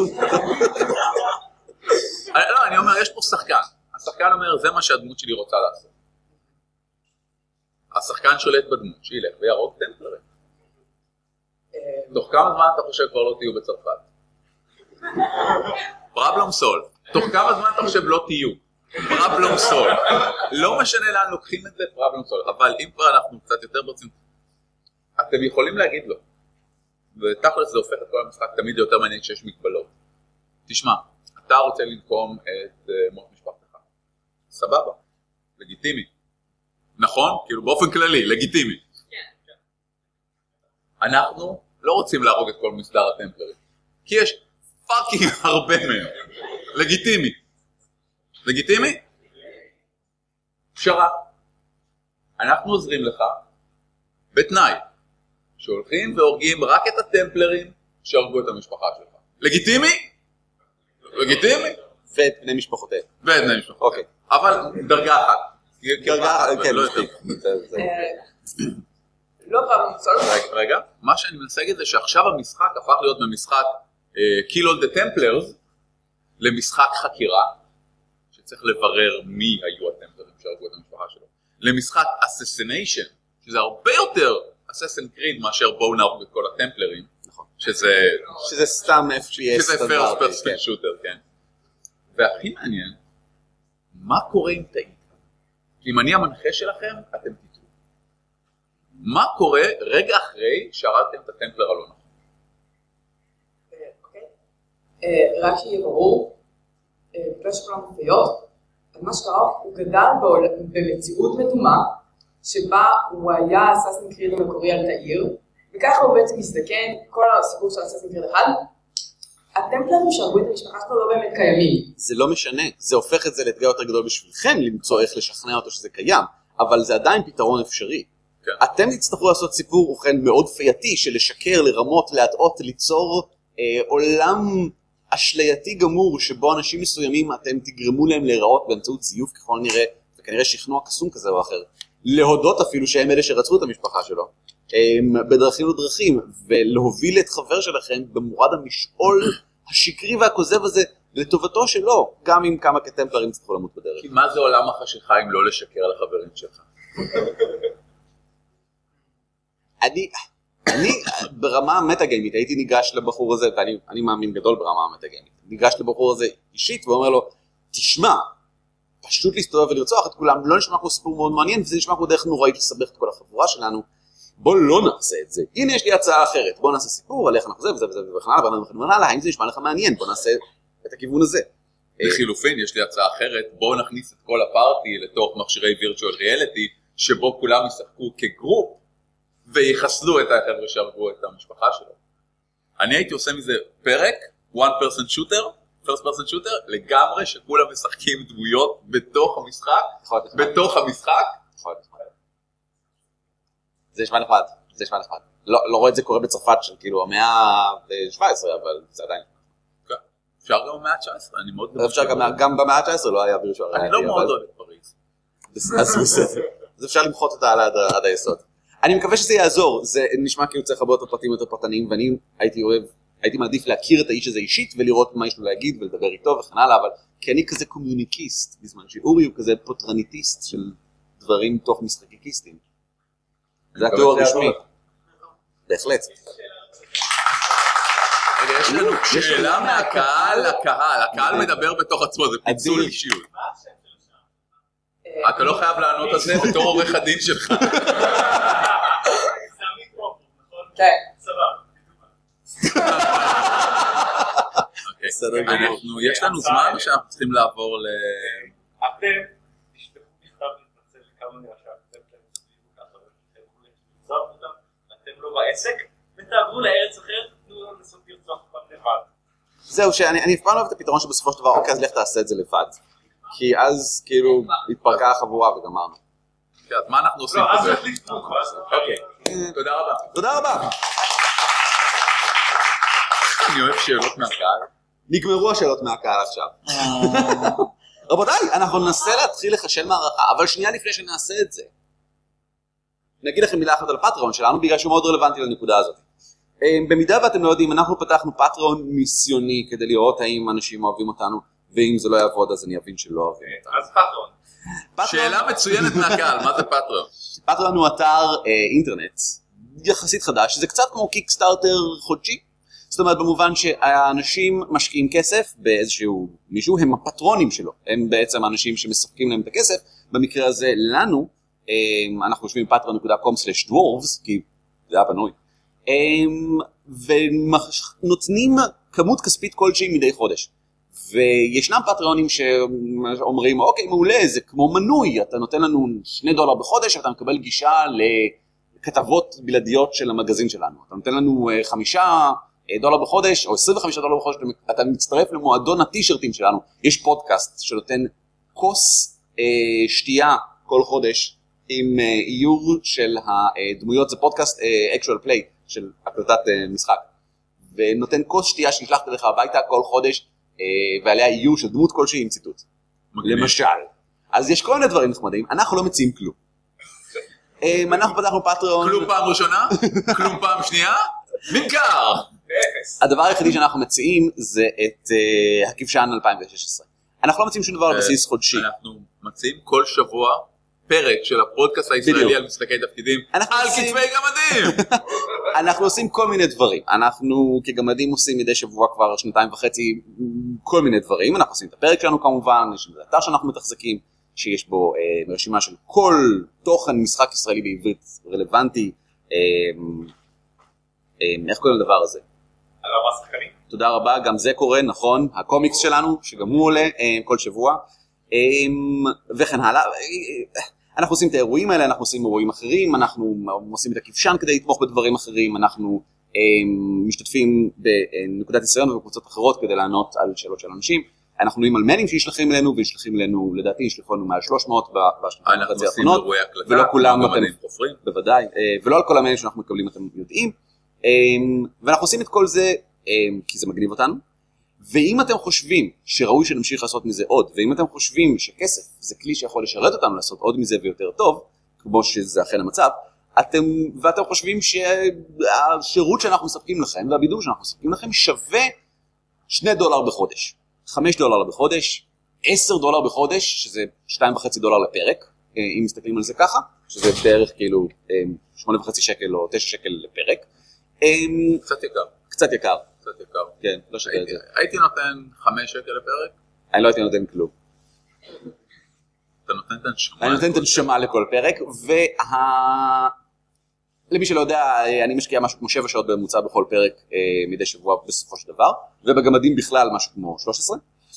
לא, אני אומר, יש פה שחקן. השחקן אומר, זה מה שהדמות שלי רוצה לעשות. השחקן שולט בדמות, שילך וירוג טמפלרים. תוך כמה זמן אתה חושב כבר לא תהיו בצרפת? פרבלום סול. תוך כמה זמן אתה חושב לא תהיו? פרבלום סול. לא משנה לאן לוקחים את זה, פרבלום סול. אבל אם כבר אנחנו קצת יותר רוצים, אתם יכולים להגיד לו. ותכלס זה הופך את כל המשחק תמיד יותר מעניין כשיש מגבלות. תשמע, אתה רוצה לנקום את מות משפחתך. סבבה. לגיטימי. נכון? כאילו באופן כללי, לגיטימי. אנחנו לא רוצים להרוג את כל מסדר הטמפלרים. כי יש פאקינג הרבה מהם. לגיטימי. לגיטימי? פשרה. אנחנו עוזרים לך בתנאי שהולכים והורגים רק את הטמפלרים שהרגו את המשפחה שלך. לגיטימי? לגיטימי? ואת בני משפחותיהם. ואת בני משפחותיהם. אוקיי. אבל דרגה אחת. דרגה, כן, לא מספיק. לא פעם מצול. רגע, מה שאני מנסה להגיד זה שעכשיו המשחק הפך להיות ממשחק Kill all the Templars למשחק חקירה שצריך לברר מי היו הטמפלרים שהרגו את המשפחה שלו. למשחק Assassination, שזה הרבה יותר Assassin's Creed מאשר בואו נהרוג את כל הטמפלרים. נכון. שזה... שזה סתם אף פי אס. שזה first person shooter, כן. והכי מעניין, מה קורה אם טעית? אם אני המנחה שלכם, אתם תטעו. מה קורה רגע אחרי שהרגתם את הטמפלר הלא נכון? אוקיי. רק שיהיה ברור, בגלל שכולם מפיות, מה שקרה, הוא גדל במציאות מדומה, שבה הוא היה אסאסין קריד המקורי על תאיר, וככה הוא בעצם מזדקן, כל הסיפור של אסאסין קריד אחד, הטמפלרים שהרגו את המשפחה שלו לא באמת קיימים. זה לא משנה, זה הופך את זה לאתגר יותר גדול בשבילכם למצוא איך לשכנע אותו שזה קיים, אבל זה עדיין פתרון אפשרי. כן. אתם תצטרכו לעשות סיפור ובכן מאוד פייתי של לשקר, לרמות, להטעות, ליצור אה, עולם אשלייתי גמור שבו אנשים מסוימים אתם תגרמו להם להיראות באמצעות זיוף ככל נראה, וכנראה שכנוע קסום כזה או אחר, להודות אפילו שהם אלה שרצו את המשפחה שלו, בדרכים ודרכים, ולהוביל את חבר שלכם במורד המשעול השקרי והכוזב הזה לטובתו שלו, גם אם כמה כטמפלרים צריכו למות בדרך. כי מה זה עולם החשיכה אם לא לשקר לחברים שלך? אני, אני ברמה המטאגיימית הייתי ניגש לבחור הזה, ואני אני מאמין גדול ברמה המטאגיימית, ניגש לבחור הזה אישית ואומר לו, תשמע, פשוט להסתובב ולרצוח את כולם, לא נשמע כמו סיפור מאוד מעניין, וזה נשמע כמו דרך נוראית לסבך את כל החבורה שלנו, בוא לא נעשה את זה. הנה יש לי הצעה אחרת, בוא נעשה סיפור על איך אנחנו זה וזה וזה וכן הלאה, וכן הלאה, האם זה נשמע לך מעניין, בוא נעשה את הכיוון הזה. לחילופין, יש לי הצעה אחרת, בואו נכניס את כל הפארטי לתוך מכשירי וירטואל ריאליטי, שבו כולם ישחקו כגרופ, ויחסלו את החבר'ה שהרגו את המשפחה שלו. אני הייתי עושה מזה פרק, one person shooter, first person shooter, לגמרי שכולם משחקים דמויות בתוך המשחק, בתוך המשחק. זה נשמע נחמד, זה נשמע נחמד. לא רואה את זה קורה בצרפת של כאילו המאה ה-שבע עשרה, אבל זה עדיין. אפשר גם במאה ה-תשע עשרה, אני מאוד... אפשר גם במאה ה-תשע עשרה לא היה וירטואל ריאליטי. אני לא מאוד אוהב את פריז. אז אפשר למחות אותה עד היסוד. אני מקווה שזה יעזור, זה נשמע כאילו צריך הרבה יותר פרטים יותר פרטניים, ואני הייתי אוהב, הייתי מעדיף להכיר את האיש הזה אישית, ולראות מה יש לו להגיד ולדבר איתו וכן הלאה, אבל כי אני כזה קומיוניקיסט, בזמן שאורי הוא כזה פוטרניטיסט של דברים תוך משחקיקיסטים. זה התיאור הרשמי. בהחלט. יש לנו שאלה מהקהל לקהל, הקהל מדבר בתוך עצמו, זה פיצול אישיות. אתה לא חייב לענות על זה בתור עורך הדין שלך. יש לנו זמן או שאנחנו צריכים לעבור ל... אתם תשתפו בכתב להתנצל לכמה נרשם, אתם לא בעסק, ותעברו לארץ אחרת, תנו לנו לנסות לרצוח פעם לבד. זהו, שאני אף פעם לא אוהב את הפתרון שבסופו של דבר, אוקיי, אז לך תעשה את זה לבד. כי אז כאילו התפרקה החבורה וגמרנו. אז מה אנחנו עושים פה? לא, אז נחליט פה. אוקיי, תודה רבה. תודה רבה. אני אוהב שאלות מהקהל. נגמרו השאלות מהקהל עכשיו. רבותיי, אנחנו ננסה להתחיל לחשל מערכה, אבל שנייה לפני שנעשה את זה. נגיד לכם מילה אחת על הפטריון שלנו, בגלל שהוא מאוד רלוונטי לנקודה הזאת. במידה ואתם לא יודעים, אנחנו פתחנו פטריון מיסיוני כדי לראות האם אנשים אוהבים אותנו, ואם זה לא יעבוד אז אני אבין שלא אוהבים אותנו. אז פטריון. שאלה מצוינת מהקהל, מה זה פטריון? פטריון הוא אתר אינטרנט יחסית חדש, זה קצת כמו קיקסטארטר חודשי. זאת אומרת במובן שהאנשים משקיעים כסף באיזשהו מישהו, הם הפטרונים שלו, הם בעצם האנשים שמספקים להם את הכסף, במקרה הזה לנו, אנחנו יושבים פטריון נקודה קום סלאש דוורבס, כי זה היה בנוי, ונותנים כמות כספית כלשהי מדי חודש. וישנם פטריונים שאומרים, אוקיי, מעולה, זה כמו מנוי, אתה נותן לנו שני דולר בחודש, אתה מקבל גישה לכתבות בלעדיות של המגזין שלנו. אתה נותן לנו חמישה דולר בחודש, או עשרים וחמישה דולר בחודש, אתה מצטרף למועדון הטישרטים שלנו. יש פודקאסט שנותן כוס שתייה כל חודש, עם איור של הדמויות, זה פודקאסט actual play של הקלטת משחק. ונותן כוס שתייה שנשלחת לך הביתה כל חודש, ועליה איור של דמות כלשהי עם ציטוט. למשל. אז יש כל מיני דברים נחמדים, אנחנו לא מציעים כלום. אנחנו פתחנו פטריון... כלום פעם ראשונה? כלום פעם שנייה? נמכר! הדבר היחידי שאנחנו מציעים זה את הכבשן אלפיים ושש עשרה. אנחנו לא מציעים שום דבר על בסיס חודשי. אנחנו מציעים כל שבוע פרק של הפודקאסט הישראלי על משחקי תפקידים על כתבי גמדים. אנחנו עושים כל מיני דברים. אנחנו כגמדים עושים מדי שבוע כבר שנתיים וחצי כל מיני דברים. אנחנו עושים את הפרק שלנו כמובן, יש לנו אתר שאנחנו מתחזקים, שיש בו אה, רשימה של כל תוכן משחק ישראלי בעברית רלוונטי. אה, אה, איך קוראים לדבר הזה? על ארבעה שחקנים. תודה רבה, גם זה קורה, נכון, הקומיקס שלנו, שגם הוא עולה אה, כל שבוע, אה, וכן הלאה. אנחנו עושים את האירועים האלה, אנחנו עושים אירועים אחרים, אנחנו עושים את הכבשן כדי לתמוך בדברים אחרים, אנחנו אה, משתתפים בנקודת ניסיון ובקבוצות אחרות כדי לענות על שאלות של אנשים. אנחנו נראים על מיילים שישלחים אלינו, וישלחים אלינו, לדעתי, ישלחו לנו מעל שלוש מאות בשנתיים וחצי האחרונות, ולא כולם אתם, בוודאי, ולא על כל המיילים שאנחנו מקבלים אתם יודעים, ואנחנו עושים את כל זה כי זה מגניב אותנו, ואם אתם חושבים שראוי שנמשיך לעשות מזה עוד, ואם אתם חושבים שכסף זה כלי שיכול לשרת אותנו לעשות עוד מזה ויותר טוב, כמו שזה אכן המצב, אתם, ואתם חושבים שהשירות שאנחנו מספקים לכם והבידור שאנחנו מספקים לכם שווה שני דולר בחודש, חמש דולר בחודש, עשר דולר בחודש, שזה שתיים וחצי דולר לפרק, אם מסתכלים על זה ככה, שזה בערך כאילו שמונה וחצי שקל או תשע שקל לפרק. קצת יקר. קצת יקר. קצת יקר. כן, לא שווה את זה. הייתי נותן חמש שקל לפרק? אני לא הייתי נותן כלום. אתה נותן את הנשמה? אני נותן את הנשמה לכל פרק, וה... למי שלא יודע, אני משקיע משהו כמו שבע שעות בממוצע בכל פרק מדי שבוע בסופו של דבר, ובגמדים בכלל משהו כמו שלוש עשרה.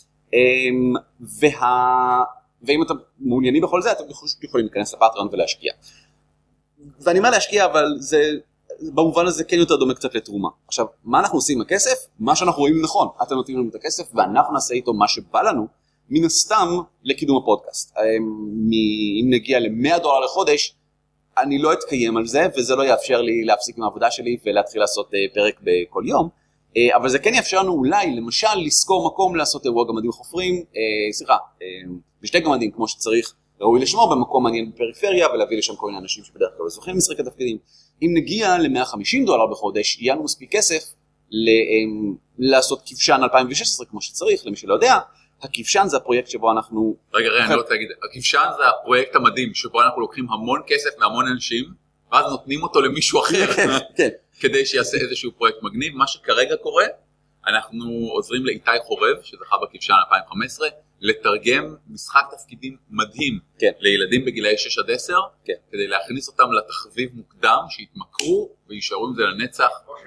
וה... ואם אתם מעוניינים בכל זה, אתם יכולים להיכנס לפטריון ולהשקיע. ואני אומר להשקיע, אבל זה, במובן הזה כן יותר דומה קצת לתרומה. עכשיו, מה אנחנו עושים עם הכסף? מה שאנחנו רואים נכון. אתם נותנים לנו את הכסף, ואנחנו נעשה איתו מה שבא לנו, מן הסתם לקידום הפודקאסט. אם נגיע ל-מאה דולר לחודש, אני לא אתקיים על זה, וזה לא יאפשר לי להפסיק עם העבודה שלי, ולהתחיל לעשות פרק בכל יום. אבל זה כן יאפשר לנו אולי, למשל, לזכור מקום לעשות אירוע גמדים חופרים, סליחה, בשתי גמדים כמו שצריך, ראוי לשמור במקום מעניין בפריפריה, ולהביא לשם כל מיני אנשים שבדרך כלל זוכים לשחק את התפקידים. אם נגיע ל-מאה וחמישים דולר בחודש, יהיה לנו מספיק כסף לעשות כבשן אלפיים ושש עשרה כמו שצריך, למי שלא יודע, הכבשן זה הפרויקט שבו אנחנו... רגע, רגע, אני רוצה להגיד, הכבשן זה הפרויקט המדהים, שבו אנחנו לוקחים המון כסף מהמון אנשים, ואז נותנים אותו למישהו אחר, כדי שיעשה איזשהו פרויקט מגניב. מה שכרגע קורה, אנחנו עוזרים לאיתי חורב, שזכה בכבשן אלפיים וחמש עשרה, לתרגם משחק תפקידים מדהים לילדים בגילאי שש עד עשר, כדי להכניס אותם לתחביב מוקדם, שיתמכרו וישארו עם זה לנצח.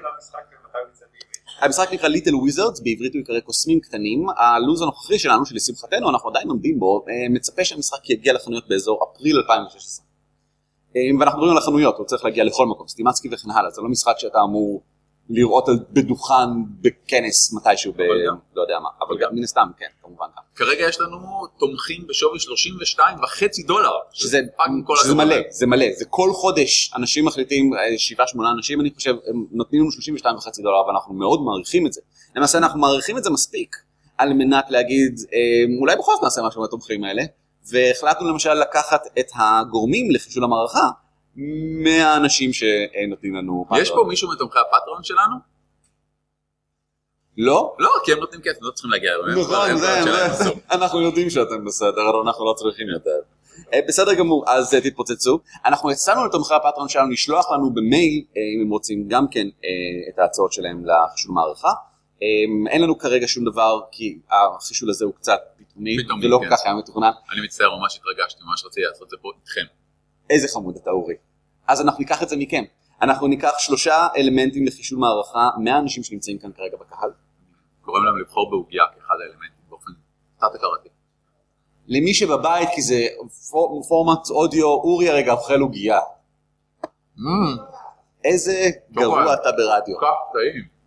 המשחק נקרא Little Wizards, בעברית הוא יקרא קוסמים קטנים. הלוז הנוכחי שלנו, שלשמחתנו אנחנו עדיין עומדים בו, מצפה שהמשחק יגיע לחנויות באזור אפריל אלפיים ושש עשרה. ואנחנו מדברים על החנויות, הוא צריך להגיע לכל מקום, סטימצקי וכן הלאה. זה לא משחק שאתה אמור לראות בדוכן בכנס מתישהו ב... לא יודע מה, אבל גם מן הסתם, כן, כמובן. כרגע יש לנו תומכים בשווי שלושים ושתיים וחצי דולר. שזה מלא, זה מלא. זה כל חודש אנשים מחליטים, שבעה שמונה אנשים אני חושב, הם נותנים לנו שלושים ושתיים וחצי דולר, ואנחנו מאוד מעריכים את זה. למעשה אנחנו מעריכים את זה מספיק, על מנת להגיד, אולי בכל זאת נעשה משהו מהתומכים האלה, והחלטנו למשל לקחת את הגורמים לחישול המערכה, מהאנשים שנותנים לנו פטרון. יש פה מישהו מתומכי הפטרון שלנו? לא? לא, כי הם נותנים כסף, לא צריכים להגיע. נכון, זה, אנחנו יודעים שאתם בסדר, אנחנו לא צריכים יותר. בסדר גמור, אז תתפוצצו. אנחנו הצענו לתומכי הפטרון שלנו לשלוח לנו במייל, אם הם רוצים גם כן את ההצעות שלהם לחישול מערכה. אין לנו כרגע שום דבר, כי החישול הזה הוא קצת פתאומי, ולא כל כך היה מתוכנן. אני מצטער, ממש התרגשתי, ממש רציתי לעשות את זה פה איתכם. איזה חמוד אתה אורי. אז אנחנו ניקח את זה מכם. אנחנו ניקח שלושה אלמנטים לחישול מערכה מהאנשים שנמצאים כאן כרגע בקהל. קוראים להם לבחור בהוגיה כאחד האלמנטים באופן תת-הכרתי. למי שבבית, כי זה פורמט אודיו, אורי הרגע אוכל הוגיה. איזה גרוע אתה ברדיו. כך טעים.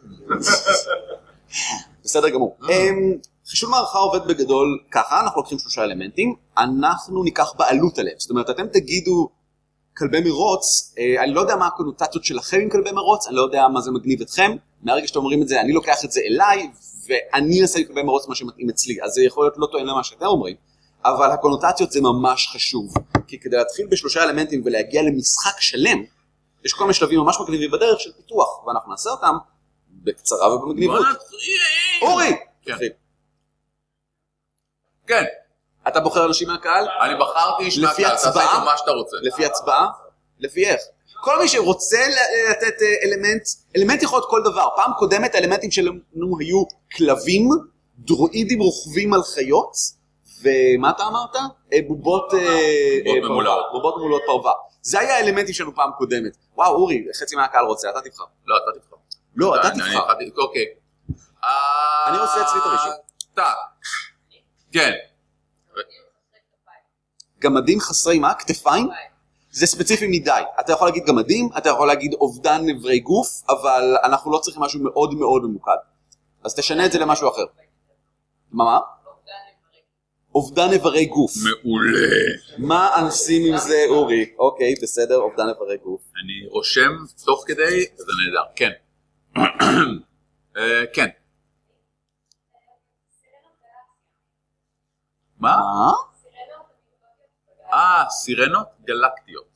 בסדר גמור. חישול מערכה עובד בגדול ככה, אנחנו לוקחים שלושה אלמנטים, אנחנו ניקח בעלות עליהם. זאת אומרת, אתם תגידו כלבי מרוץ, אני לא יודע מה הקונוטציות שלכם עם כלבי מרוץ, אני לא יודע מה זה מגניב אתכם, מהרגע שאתם אומרים את זה, אני לוקח את זה אליי, ואני אעשה עם כלבי מרוץ מה שמתאים אצלי, אז זה יכול להיות לא טוען למה שאתם אומרים, אבל הקונוטציות זה ממש חשוב, כי כדי להתחיל בשלושה אלמנטים ולהגיע למשחק שלם, יש כל מיני שלבים ממש מגניבים בדרך של פיתוח, ואנחנו נעשה אותם בקצרה ובמגניבות. אורי! כן. אתה בוחר אנשים מהקהל? אני בחרתי איש מהקהל, תעשה איתו מה שאתה רוצה. לפי הצבעה? לפי איך? כל מי שרוצה לתת אלמנט, אלמנט יכול להיות כל דבר. פעם קודמת האלמנטים שלנו היו כלבים, דרואידים רוכבים על חיות, ומה אתה אמרת? בובות ממולאות. בובות ממולאות פרווה. זה היה האלמנטים שלנו פעם קודמת. וואו, אורי, חצי מהקהל רוצה, אתה תבחר. לא, אתה תבחר. לא, אתה תבחר. אוקיי. אני עושה אצלי את הראשון. טק. כן. גמדים חסרי מה? כתפיים? זה ספציפי מדי. אתה יכול להגיד גמדים, אתה יכול להגיד אובדן נברי גוף, אבל אנחנו לא צריכים משהו מאוד מאוד ממוקד. אז תשנה את זה למשהו אחר. מה מה? אובדן נברי גוף. מעולה. מה אנשים עם זה, אורי? אוקיי, בסדר, אובדן נברי גוף. אני רושם תוך כדי, זה נהדר. כן. כן. מה? אה, סירנות גלקטיות.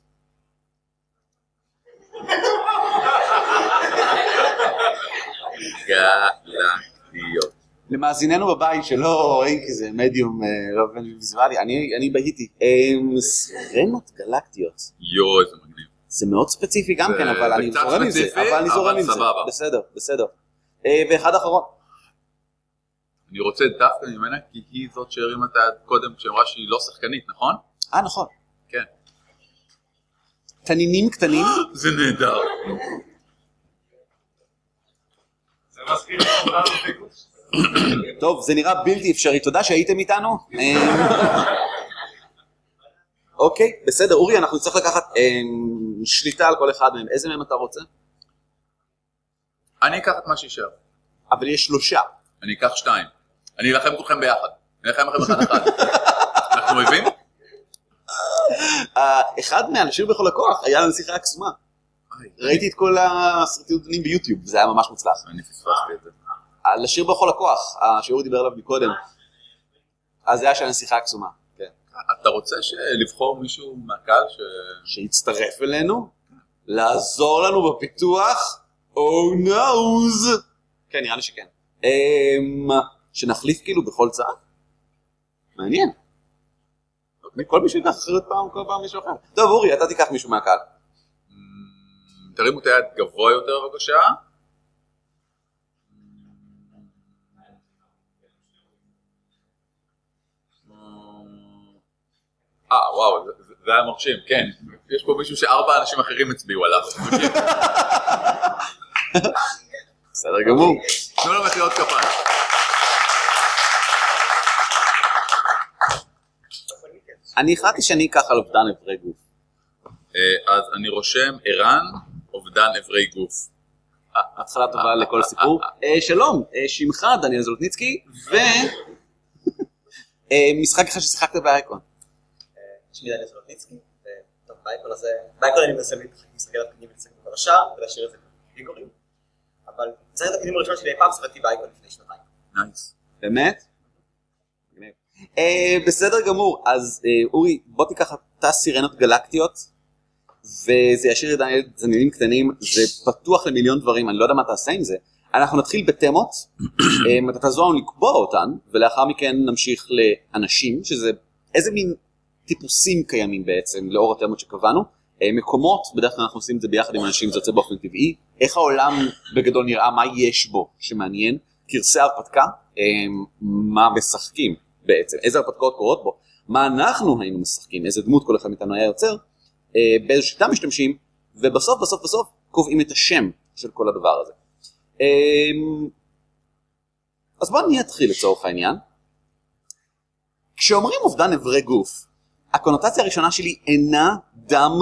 גלקטיות. למאזיננו בבית שלא רואים כי זה מדיום לא ויזואלי, אני בהיתי. סירנות גלקטיות. יו, איזה מגניב. זה מאוד ספציפי גם כן, אבל אני זורם עם זה. אבל אני זורם עם זה. בסדר, בסדר. ואחד אחרון. אני רוצה דווקא ממנה, כי היא זאת שהרימה את היד קודם כשאמרה שהיא לא שחקנית, נכון? אה, נכון. כן. תנינים קטנים. זה נהדר. זה מזכיר לי אותנו בגוש. טוב, זה נראה בלתי אפשרי. תודה שהייתם איתנו. אוקיי, בסדר. אורי, אנחנו נצטרך לקחת שליטה על כל אחד מהם. איזה מהם אתה רוצה? אני אקח את מה שישאר. אבל יש שלושה. אני אקח שתיים. אני אלחם כולכם ביחד. אני אלחם לכם אחד אחד. אנחנו אוהבים? אחד מהאנשים בכל הכוח היה לנסיכה הקסומה. ראיתי את כל הסרטונים ביוטיוב, וזה היה ממש מוצלח. אני פספסתי את זה. לשיר בכל הכוח, השיעור דיבר עליו מקודם. אז זה היה של הנסיכה הקסומה. אתה רוצה לבחור מישהו מהקהל ש... שיצטרף אלינו? לעזור לנו בפיתוח? Oh knows! כן, נראה לי שכן. שנחליף כאילו בכל צעד? מעניין. כל מישהו ייקח אחרת פעם, כל פעם מישהו אחר. טוב, אורי, אתה תיקח מישהו מהקהל. תרימו את היד גבוה יותר בבקשה. אה, וואו, זה היה מרשים, כן. יש פה מישהו שארבע אנשים אחרים הצביעו עליו. בסדר גמור. תנו לו מחיאות כפיים. אני החלטתי שאני אקח על אובדן אברי גוף. אז אני רושם ערן, אובדן אברי גוף. התחלה טובה לכל סיפור. שלום, שמך דניאל זולטניצקי, ומשחק אחד ששיחקת באייקון. שמי דניאל זולטניצקי, וטוב, באייקון הזה, באייקון אני מנסה להסתכל על הפנים ולהסתכל בכל השאר, ולהשאיר את זה בגורים. אבל זה את הפנים הראשון שלי פעם סבבתי באייקון לפני שנתיים. נייס. באמת? בסדר גמור, אז אורי, בוא תיקח את סירנות גלקטיות, וזה ישאיר את דניאלים קטנים, זה פתוח למיליון דברים, אני לא יודע מה תעשה עם זה. אנחנו נתחיל בתמות, אתה תעזור לנו לקבוע אותן, ולאחר מכן נמשיך לאנשים, שזה איזה מין טיפוסים קיימים בעצם, לאור התמות שקבענו. מקומות, בדרך כלל אנחנו עושים את זה ביחד עם אנשים, זה יוצא באופן טבעי. איך העולם בגדול נראה, מה יש בו שמעניין, קרסי הרפתקה, מה משחקים בעצם, איזה הרפתקאות קורות בו, מה אנחנו היינו משחקים, איזה דמות כל אחד מאיתנו היה יוצר, באיזו שיטה משתמשים, ובסוף בסוף בסוף קובעים את השם של כל הדבר הזה. אז בואו נתחיל לצורך העניין. כשאומרים אובדן אברי גוף, הקונוטציה הראשונה שלי אינה דם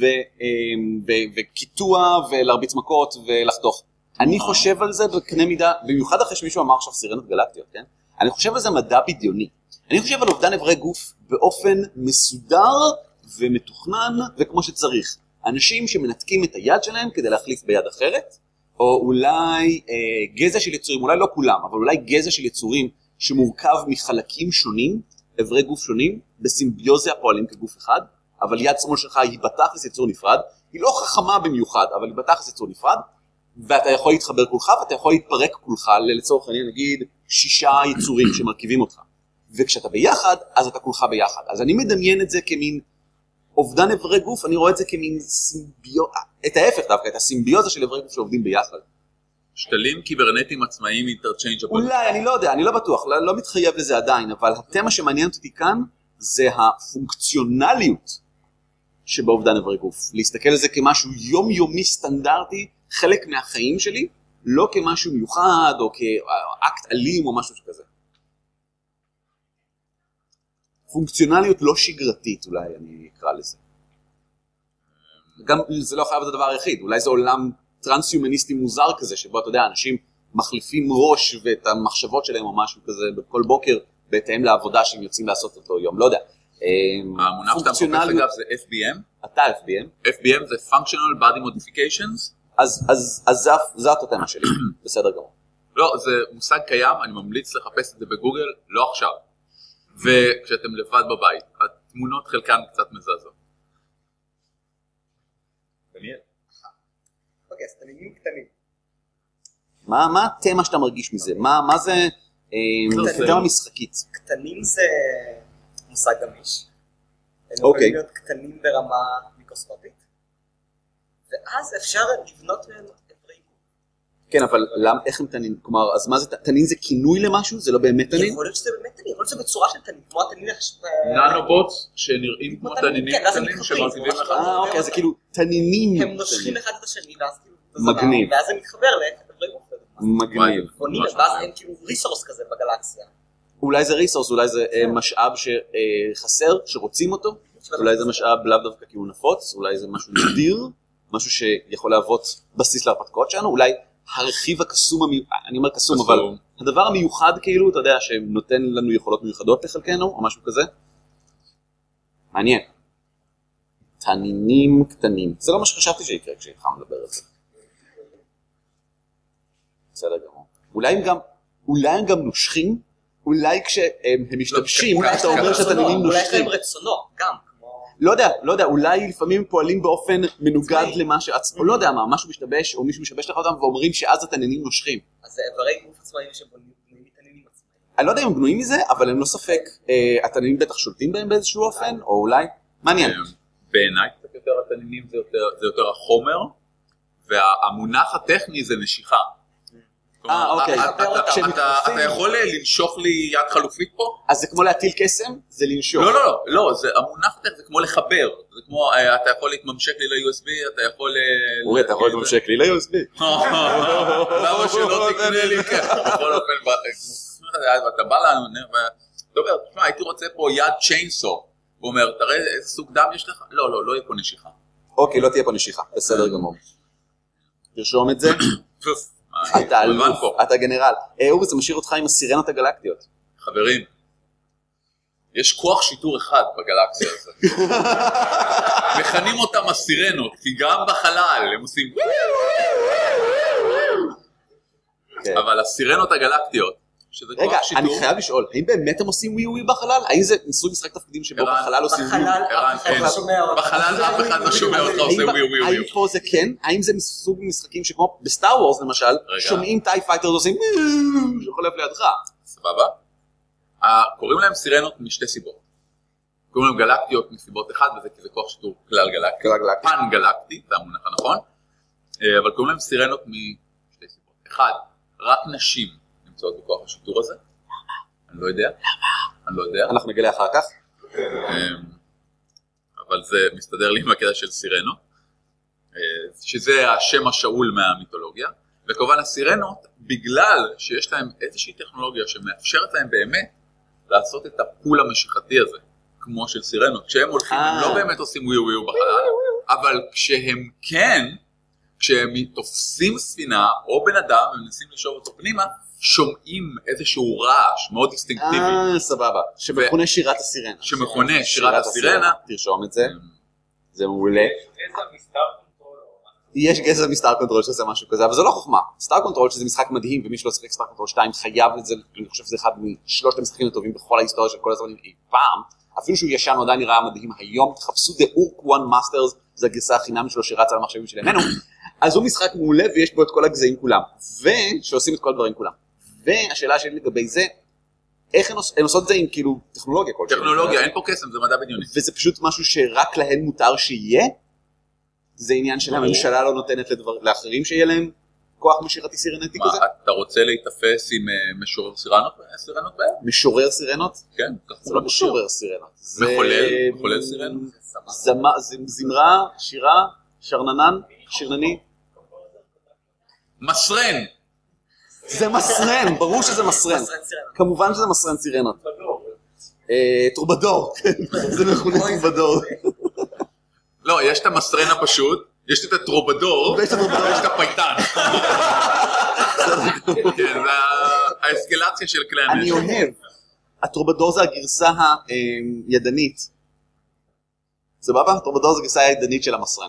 וקיטוע ולהרביץ מכות ולחתוך. אני חושב על זה בקנה מידה, במיוחד אחרי שמישהו אמר עכשיו סירנות גלקטיות, כן? אני חושב על זה מדע בדיוני. אני חושב על אובדן אברי גוף באופן מסודר ומתוכנן וכמו שצריך. אנשים שמנתקים את היד שלהם כדי להחליף ביד אחרת, או אולי אה, גזע של יצורים, אולי לא כולם, אבל אולי גזע של יצורים שמורכב מחלקים שונים, אברי גוף שונים, בסימביוזה הפועלים כגוף אחד, אבל יד שמאל שלך היא בתכלס יצור נפרד, היא לא חכמה במיוחד, אבל היא בתכלס יצור נפרד, ואתה יכול להתחבר כולך, ואתה יכול להתפרק כולך, לצורך העניין נגיד שישה יצורים שמרכיבים אותך. וכשאתה ביחד, אז אתה כולך ביחד. אז אני מדמיין את זה כמין אובדן אברי גוף, אני רואה את זה כמין סימביוזה, את ההפך דווקא, את הסימביוזה של אברי גוף שעובדים ביחד. שתלים קיברנטיים עצמאיים אינטרצ'יינג'בל. אולי, אני לא יודע, אני לא בטוח, לא, לא מתחייב לזה עדיין, אבל התמה שמעניין אותי כאן, זה הפונקציונליות שבאובדן אברי גוף. להסתכל על זה כמשהו יומיומי סטנדרטי, חלק מהחיים שלי, לא כמשהו מיוחד או כאקט אלים או משהו שכזה. פונקציונליות לא שגרתית אולי אני אקרא לזה. גם זה לא חייב את הדבר היחיד, אולי זה עולם טרנס-יומניסטי מוזר כזה, שבו אתה יודע, אנשים מחליפים ראש ואת המחשבות שלהם או משהו כזה בכל בוקר, בהתאם לעבודה שהם יוצאים לעשות אותו יום, לא יודע. המונח שאתה מחפש אגב זה אף בי אם? אתה אף בי אם. אף בי אם זה Functional Body Modifications? אז, אז, אז זה התותמה שלי, בסדר גמור. לא, זה מושג קיים, אני ממליץ לחפש את זה בגוגל, לא עכשיו. וכשאתם לבד בבית, התמונות חלקן קצת מזעזעות. דניאל. אוקיי, אז תנינים קטנים. מה מה התמה שאתה מרגיש מזה? מה מה זה תמה משחקית? קטנים זה מושג גמיש. הם אוקיי. יכולים להיות קטנים ברמה מיקרוסקופית, ואז אפשר לבנות מהם איברי גוף. כן, אבל למה, איך הם תנין? כלומר, אז מה זה, תנין זה כינוי למשהו? זה לא באמת תנין? יכול להיות שזה באמת תנין, יכול להיות שזה בצורה של תנין, כמו התנין עכשיו... ננובוטס שנראים כמו תנינים כן, ואז הם קטנים מתחברים. שמרכיבים אחד. אה, אוקיי, אז זה כאילו תנינים. הם נושכים אחד את השני, ואז כאילו... זה מגניב. זמן, ואז זה מתחבר לאיברי גוף. מגניב. בונים, ממש ואז מגניב. אין כאילו ריסורס כזה בגלקסיה. אולי זה ריסורס, אולי זה אה, משאב שחסר, שרוצים אותו, אולי זה משאב לאו דווקא כי הוא נפוץ, אולי זה משהו נדיר, משהו שיכול להוות בסיס להרפתקאות שלנו, אולי הרכיב הקסום, המי... אני אומר קסום, אבל הדבר המיוחד כאילו, אתה יודע, שנותן לנו יכולות מיוחדות לחלקנו, או משהו כזה. מעניין. תנינים קטנים. זה לא מה שחשבתי שיקרה כשהתחלנו לדבר על זה. בסדר גמור. אולי הם גם, אולי הם גם נושכים, אולי כשהם משתמשים, אתה אומר שהתנינים אולי יש נושכים. להם רצונו, גם, כמו... לא יודע, לא יודע, אולי לפעמים הם פועלים באופן מנוגד למה שעצמו, לא יודע מה, משהו משתבש, או מישהו משתבש לך אותם, ואומרים שאז התנינים נושכים. אז זה איברי גוף עצמאיים שבונים מתעניינים עצמאיים. אני לא יודע אם הם בנויים מזה, אבל הם לא ספק, אה, התנינים בטח שולטים בהם באיזשהו אופן, או אולי, מעניין. בעיניי קצת יותר התנינים זה יותר, זה יותר החומר, והמונח הטכני זה נשיכה. אה, אוקיי. אתה- אתה- אתה- אתה יכול לנשוך לי יד חלופית פה? אז זה כמו להטיל קסם, זה לנשוך. לא, לא, לא, לא, זה המונח הטכני זה כמו לחבר, זה כמו, אה, אתה יכול להתממשק לי ל-יו אס בי, אתה יכול... אה, אורי, אתה יכול זה- להתממשק לי ל-יו אס בי. למה שלא תקנה לי ככה? בכל אופן, אתה בא לנו, אתה אומר, תשמע, הייתי רוצה פה יד צ'יינסו, הוא אומר, תראה איזה סוג דם יש לך? לא, לא, לא יהיה פה נשיכה. אוקיי, לא תהיה פה נשיכה, בסדר גמור. תרשום את זה. פוף, אתה מובן אלוף, פה. אתה גנרל. אה, אורי, זה משאיר אותך עם הסירנות הגלקטיות. חברים, יש כוח שיטור אחד בגלקסיה הזאת. מכנים אותם הסירנות, כי גם בחלל הם עושים... כן. אבל הסירנות הגלקטיות, שזה רגע, כוח אני שיטור... חייב לשאול, האם באמת הם עושים ווי ווי בחלל? האם זה ניסוי משחק תפקידים שבו ערן, בחלל עושים ווי ווי? בחלל ערן, אף אחד אין. לא שומע אותך. בחלל אף אחד לא שומע אותך עושה האם- ווי ווי האם ווי. פה זה כן? האם זה מסוג משחקים שכמו בסטאר וורס למשל, שומעים טי פייטרס עושים שחולף לידך? סבבה? אה, קוראים להם סירנות משתי סיבות. קוראים להם גלקטיות מסיבות אחד, וזה כי זה כוח שיטור כלל גלקטי. כלל גלקטי. פן גלקטי, זה המונח הנכון. אה, אבל קוראים להם סירנות משתי סיבות. אחד, רק נשים נמצאות בכוח השיטור הזה. אני לא יודע. אני לא יודע. אנחנו נגלה אחר כך. אבל זה מסתדר לי עם הקטע של סירנו, שזה השם השאול מהמיתולוגיה, וכמובן הסירנות, בגלל שיש להם איזושהי טכנולוגיה שמאפשרת להם באמת לעשות את הפול המשיכתי הזה, כמו של סירנות, כשהם הולכים, הם לא באמת עושים ווי ווי בחלל, אבל כשהם כן, כשהם תופסים ספינה או בן אדם, הם מנסים לשאוב אותו פנימה, שומעים איזשהו רעש מאוד דיסטינקטיבי. אה, סבבה. שמכונה שירת הסירנה. שמכונה שירת הסירנה. תרשום את זה. זה מעולה. יש גזע מסטאר קונטרול שזה משהו כזה, אבל זה לא חוכמה. סטאר קונטרול שזה משחק מדהים, ומי שלא שחק סטאר קונטרול שתיים חייב את זה, אני חושב שזה אחד משלושת המשחקים הטובים בכל ההיסטוריה של כל הזמנים אי פעם. אפילו שהוא ישן הוא עדיין נראה מדהים היום. תחפשו The Orc One Masters, זה הגרסה החינם שלו שרצה על המחשבים של ימינו. אז הוא משחק מעולה ויש בו את כל הגזעים כולם, ושעושים את כל הדברים כולם. והשאלה שלי לגבי זה, איך הן עושות את זה עם כאילו טכנולוגיה כלשהי? טכנולוגיה, אין פה קסם, זה מדע בדיוני. וזה פשוט משהו שרק להן מותר שיהיה? זה עניין של הממשלה לא נותנת לדבר, לאחרים שיהיה להם כוח משיכתי סירנטי כזה? מה, אתה רוצה להיתפס עם אה, משורר סירנות? סירנות בעיה? משורר סירנות? כן, זה לא משורר סירנות. זה- מחולל, מחולל סירנות. זמה- ז- זמרה, שירה, שרננן, שרנני. מסרן! זה מסרן, ברור שזה מסרן. מסרן סירנה. כמובן שזה מסרן סירנות. אה, טרובדור, זה מכונה טרובדור. לא, יש את המסרן הפשוט, יש את הטרובדור, ויש את הטרובדור. ויש את הפייטן. כן, זה האסקלציה של כלי אני הנשק. אוהב. הטרובדור זה הגרסה הידנית. סבבה? הטרובדור זה הגרסה הידנית של המסרן.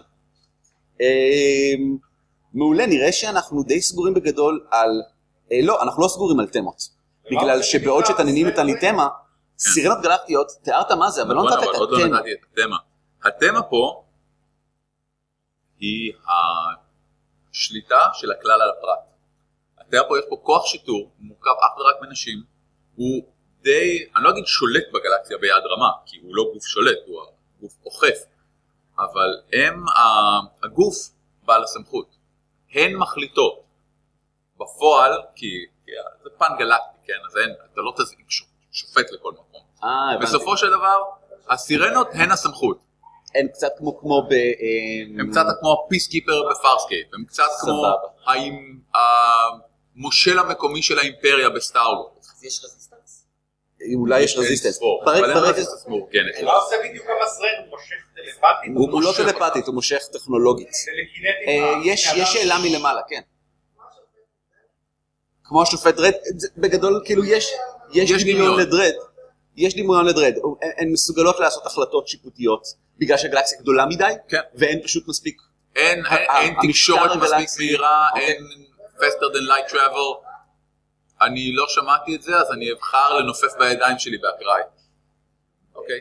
מעולה, נראה שאנחנו די סגורים בגדול על... לא, אנחנו לא סגורים על תמות. בגלל שבעוד שתנינים ניתן לי תמה, סירנות גלקטיות, תיארת מה זה, אבל לא נתת את אבל עוד לא התמה. נתתי את התמה. התמה פה היא השליטה של הכלל על הפרט. התמה פה יש פה כוח שיטור, מורכב אך ורק מנשים, הוא די, אני לא אגיד שולט בגלקסיה ביד רמה, כי הוא לא גוף שולט, הוא גוף אוכף, אבל הם הגוף בעל הסמכות. הן מחליטות בפועל, כי, כי זה פן גלקטי, כן? אז אין, אתה לא תזעיק שופט לכל מקום. אה, הבנתי. בסופו של דבר, הסירנות הן הסמכות. הם קצת כמו, כמו ב... הם קצת כמו הפיסקיפר בפארסקייפ, הם קצת כמו האם, המושל המקומי של האימפריה בסטאר וורס. אז יש רזיסטנס? אולי יש רזיסטנס. אבל אין רזיסטנס מאורגנת. מה עושה בדיוק המסרן? הוא מושך טלפתית? הוא לא טלפתית, הוא מושך טכנולוגית. יש שאלה מלמעלה, כן. כמו השופט דרד, בגדול כאילו יש דמיון לדרד. יש דמיון לדרד. הן מסוגלות לעשות החלטות שיפוטיות בגלל שהגלקסיה גדולה מדי, ואין פשוט מספיק. אין תקשורת מספיק מהירה, אין faster than light travel. אני לא שמעתי את זה, אז אני אבחר לנופף בידיים שלי באקראי. אוקיי?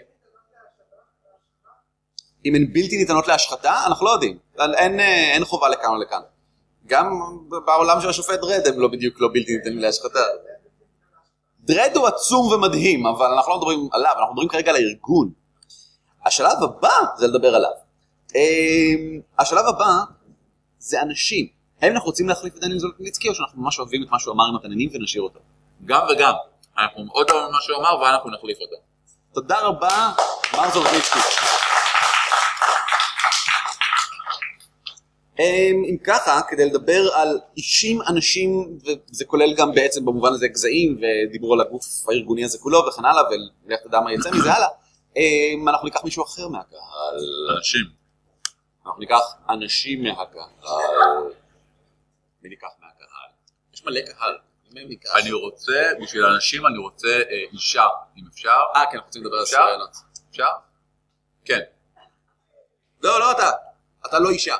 אם הן בלתי ניתנות להשחתה, אנחנו לא יודעים. אין, אין חובה לכאן או לכאן. גם בעולם של השופט דרד הם לא בדיוק לא בלתי ניתנים להשחתה. דרד הוא עצום ומדהים, אבל אנחנו לא מדברים עליו, אנחנו מדברים כרגע על הארגון. השלב הבא זה לדבר עליו. השלב הבא זה אנשים. האם אנחנו רוצים להחליף את דניאל זולוטניצקי, או שאנחנו ממש אוהבים את מה שהוא אמר עם התננים ונשאיר אותו? גם וגם. אנחנו מאוד אוהבים מה שהוא אמר ואנחנו נחליף אותו. תודה רבה, מר זולוטניצקי. אם ככה, כדי לדבר על אישים, אנשים, וזה כולל גם בעצם במובן הזה גזעים, ודיברו על הגוף הארגוני הזה כולו וכן הלאה, ולך תדע מה יצא מזה הלאה, אנחנו ניקח מישהו אחר מהקהל. אנשים. אנחנו ניקח אנשים מהקהל. וניקח מהקהל. יש מלא קהל. אני רוצה, בשביל האנשים אני רוצה אישה, אם אפשר. אה, כן, אנחנו רוצים לדבר על סירנות. אפשר? כן. לא, לא אתה. אתה לא אישה.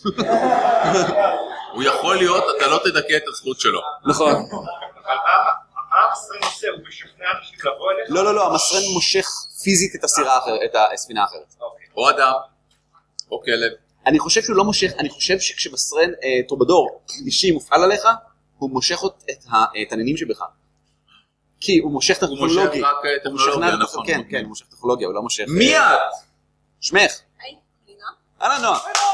הוא יכול להיות, אתה לא תדכא את הזכות שלו. נכון. אבל מה המסרן עושה? הוא משכנע אנשים לבוא אליך? לא, לא, לא, המסרן מושך פיזית את הסירה האחרת, את הספינה האחרת. או אדם, או כלב. אני חושב שהוא לא מושך, אני חושב שכשמסרן טרובדור אישי מופעל עליך, הוא מושך את התנינים שבך. כי הוא מושך טכנולוגי. הוא מושך רק טכנולוגיה, נכון. כן, כן, הוא מושך טכנולוגיה, הוא לא מושך... מי את? שמך. היי, לינה. אהלן נועה.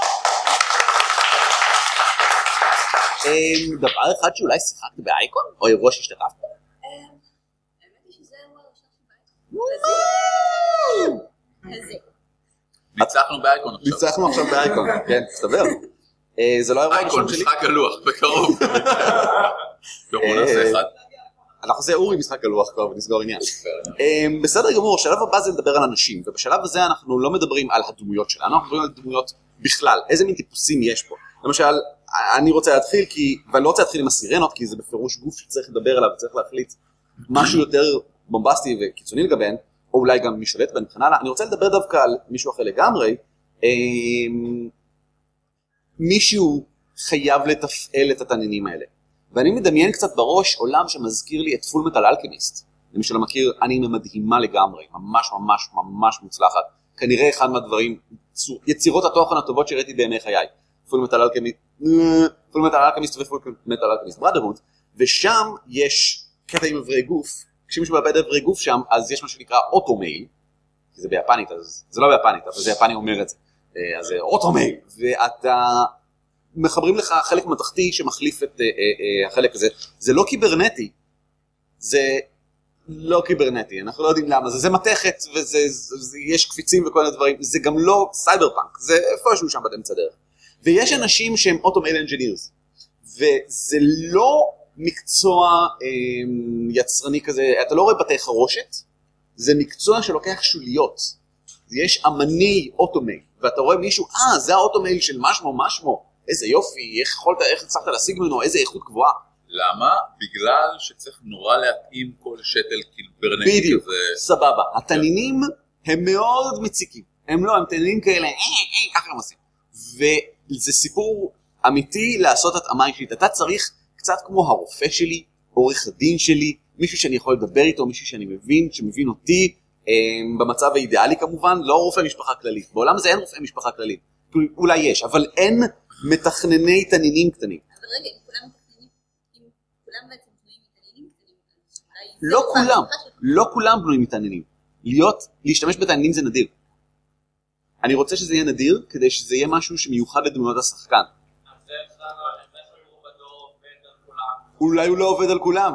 דבר אחד שאולי שיחקת באייקון, או אירוע שהשתתפת? האמת היא שזה אירוע ראשון שבאייקון. איזה. ניצחנו באייקון עכשיו. ניצחנו עכשיו באייקון, כן, תסתבר. זה לא אירוע אייקון, ראשון שלי. משחק הלוח, בקרוב. בואו נעשה אחד. אנחנו עושה אורי משחק הלוח כבר ונסגור עניין. בסדר גמור, השלב הבא זה לדבר על אנשים, ובשלב הזה אנחנו לא מדברים על הדמויות שלנו, אנחנו מדברים על דמויות בכלל, איזה מין טיפוסים יש פה. למשל, אני רוצה להתחיל, כי, ואני לא רוצה להתחיל עם הסירנות, כי זה בפירוש גוף שצריך לדבר עליו, וצריך להחליט משהו יותר בומבסטי וקיצוני לגביהן, או אולי גם משולט בהן וכן הלאה. אני רוצה לדבר דווקא על מישהו אחר לגמרי, מישהו חייב לתפעל את התנינים האלה. ואני מדמיין קצת בראש עולם שמזכיר לי את פול מטל אלכמיסט. למי שלא מכיר, אנימה מדהימה לגמרי, ממש ממש ממש מוצלחת. כנראה אחד מהדברים, יצירות התוכן הטובות שראיתי בימי חיי. פול מטל אלכמיסט, פול מטל אלכמיסט ופול מטל אלכמיסט בראדרהוד, ושם יש קטע עם עברי גוף. כשמישהו מאבד עברי גוף שם, אז יש מה שנקרא אוטומייל, כי זה ביפנית, אז זה לא ביפנית, אבל זה יפני אומר את זה. אז זה אוטומייל, ואתה מחברים לך חלק מתחתי שמחליף את החלק הזה. זה לא קיברנטי, זה לא קיברנטי, אנחנו לא יודעים למה, זה, זה מתכת, ויש קפיצים וכל מיני דברים, זה גם לא סייבר פאנק, זה איפשהו שם באמצע דרך. ויש אנשים שהם אוטומייל אנג'ינירס, וזה לא מקצוע אה, יצרני כזה, אתה לא רואה בתי חרושת, זה מקצוע שלוקח שוליות, יש אמני אוטומייל, ואתה רואה מישהו, אה, זה האוטומייל של משמו, משמו, איזה יופי, איך יכולת, איך הצלחת להשיג ממנו, איזה איכות גבוהה. למה? בגלל שצריך נורא להתאים כל שתל קיברנטי. בדיוק, סבבה. התנינים הם מאוד מציקים, הם לא, הם תנינים כאלה, אה, אה, ככה הם עושים. וזה סיפור אמיתי לעשות התאמה אישית. אתה צריך קצת כמו הרופא שלי, עורך הדין שלי, מישהו שאני יכול לדבר איתו, מישהו שאני מבין, שמבין אותי, במצב האידיאלי כמובן, לא רופא משפחה כללית. בעולם הזה אין רופא משפחה כללית. אולי יש, אבל אין מתכנני תנינים קטנים. אבל רגע, אם כולם מתכננים, אם כולם בעצם בנויים מתעניינים קטנים, לא כולם, לא כולם בנויים מתעניינים. להיות, להשתמש בתעניינים זה נדיר. אני רוצה שזה יהיה נדיר, כדי שזה יהיה משהו שמיוחד לדמויות השחקן. אולי הוא לא עובד על כולם.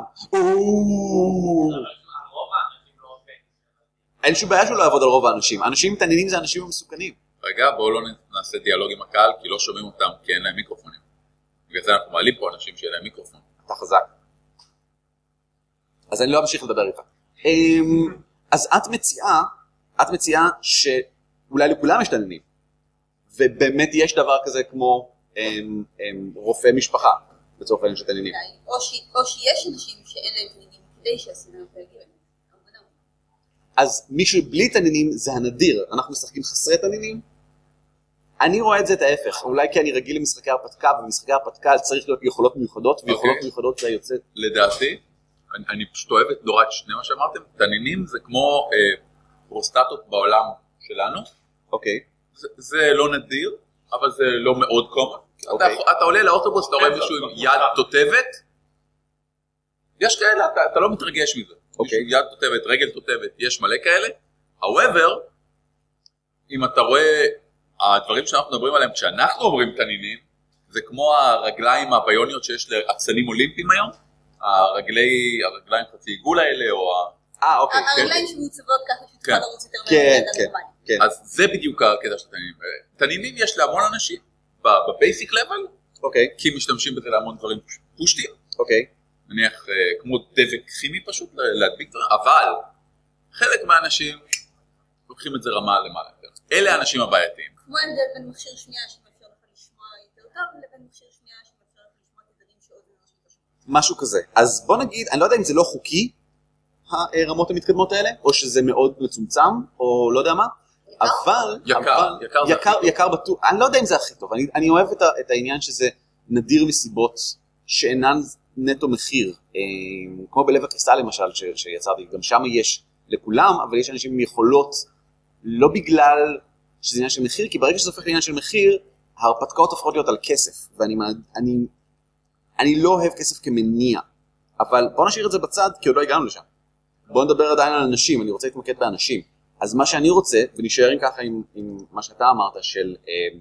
אין שום בעיה שהוא לא יעבוד על רוב האנשים. אנשים מתעניינים זה אנשים המסוכנים. רגע, בואו לא נעשה דיאלוג עם הקהל, כי לא שומעים אותם, כי אין להם מיקרופונים. בגלל זה אנחנו מעלים פה אנשים שיהיה להם מיקרופון. אתה חזק. אז אני לא אמשיך לדבר איתך. אז את מציעה, את מציעה שאולי לכולם יש תעניינים. ובאמת יש דבר כזה כמו רופא משפחה, לצורך העניין של תעניינים. או שיש אנשים שאין להם תעניינים כדי שהסינר יגיע להם. אז מישהו בלי תעניינים זה הנדיר. אנחנו משחקים חסרי תעניינים. אני רואה את זה את ההפך. אולי כי אני רגיל למשחקי הרפתקה, ובמשחקי הרפתקה צריך להיות יכולות מיוחדות, ויכולות מיוחדות זה יוצא. לדעתי, אני, אני פשוט אוהב את נורא את שני מה שאמרתם, תעניינים זה כמו אה, פרוסטטות בעולם שלנו. אוקיי. זה, זה לא נדיר, אבל זה לא מאוד קומון. אוקיי. אתה, אתה עולה לאוטובוס, אתה רואה מישהו עם יד תותבת, יש כאלה, אתה, אתה לא מתרגש מזה. Okay. יד תותבת, רגל תותבת, יש מלא כאלה. However, אם אתה רואה, הדברים שאנחנו מדברים עליהם, כשאנחנו אומרים תנינים, זה כמו הרגליים הביוניות שיש לאצנים אולימפיים היום, הרגלי, הרגליים חצי עיגול האלה, או ה... אה, אוקיי. הרגליים שמעוצבות ככה שתוכל לרוץ יותר כן, כן. אז זה בדיוק הקטע של תנינים. תנינים יש להמון אנשים, בבייסיק לבל, אוקיי. כי משתמשים בזה להמון דברים פושטיים. אוקיי. נניח כמו דבק כימי פשוט להדביק דברים, אבל חלק מהאנשים לוקחים את זה רמה למעלה. אלה האנשים הבעייתיים. כמו ההבדל בין מכשיר שמיעה שמאפשר לך לשמוע יותר טוב, לבין מכשיר שמיעה שמאפשר לך לשמוע תדרים שעוד לא שומע. משהו כזה. אז בוא נגיד, אני לא יודע אם זה לא חוקי, הרמות המתקדמות האלה, או שזה מאוד מצומצם, או לא יודע מה, אבל... יקר, יקר זה הכי טוב. יקר בטוח, אני לא יודע אם זה הכי טוב. אני אוהב את העניין שזה נדיר מסיבות שאינן נטו מחיר, כמו בלב הקריסטל למשל שיצרתי, גם שם יש לכולם, אבל יש אנשים עם יכולות, לא בגלל שזה עניין של מחיר, כי ברגע שזה הופך לעניין של מחיר, ההרפתקאות הופכות להיות על כסף, ואני אני, אני לא אוהב כסף כמניע, אבל בוא נשאיר את זה בצד, כי עוד לא הגענו לשם. בוא נדבר עדיין על אנשים, אני רוצה להתמקד באנשים. אז מה שאני רוצה, ונשאר עם ככה עם, עם מה שאתה אמרת, של...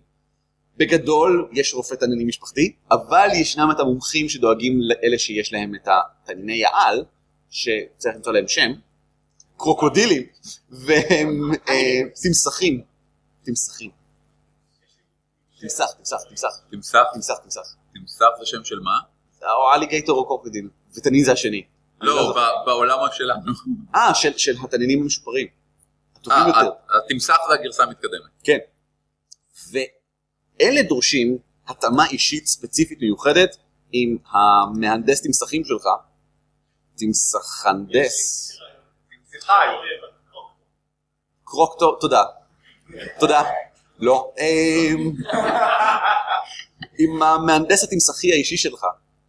בגדול יש רופא תנינים משפחתי, אבל ישנם את המומחים שדואגים לאלה שיש להם את התניני העל, שצריך למצוא להם שם, קרוקודילים, והם תמסכים. תמסכים. תמסך, תמסך, תמסך. תמסך? תמסך, תמסך. תמסך זה שם של מה? או אליגייטור או קרוקודיל, ותנין זה השני. לא, בעולם שלנו. אה, של התנינים המשופרים. הטובים יותר. התמסך זה הגרסה המתקדמת. כן. ו... אלה דורשים התאמה אישית ספציפית מיוחדת עם המהנדס תמסכים שלך, תמסכנדס. קרוקטור, תודה. תודה. לא. עם המהנדס התמסכי האישי שלך,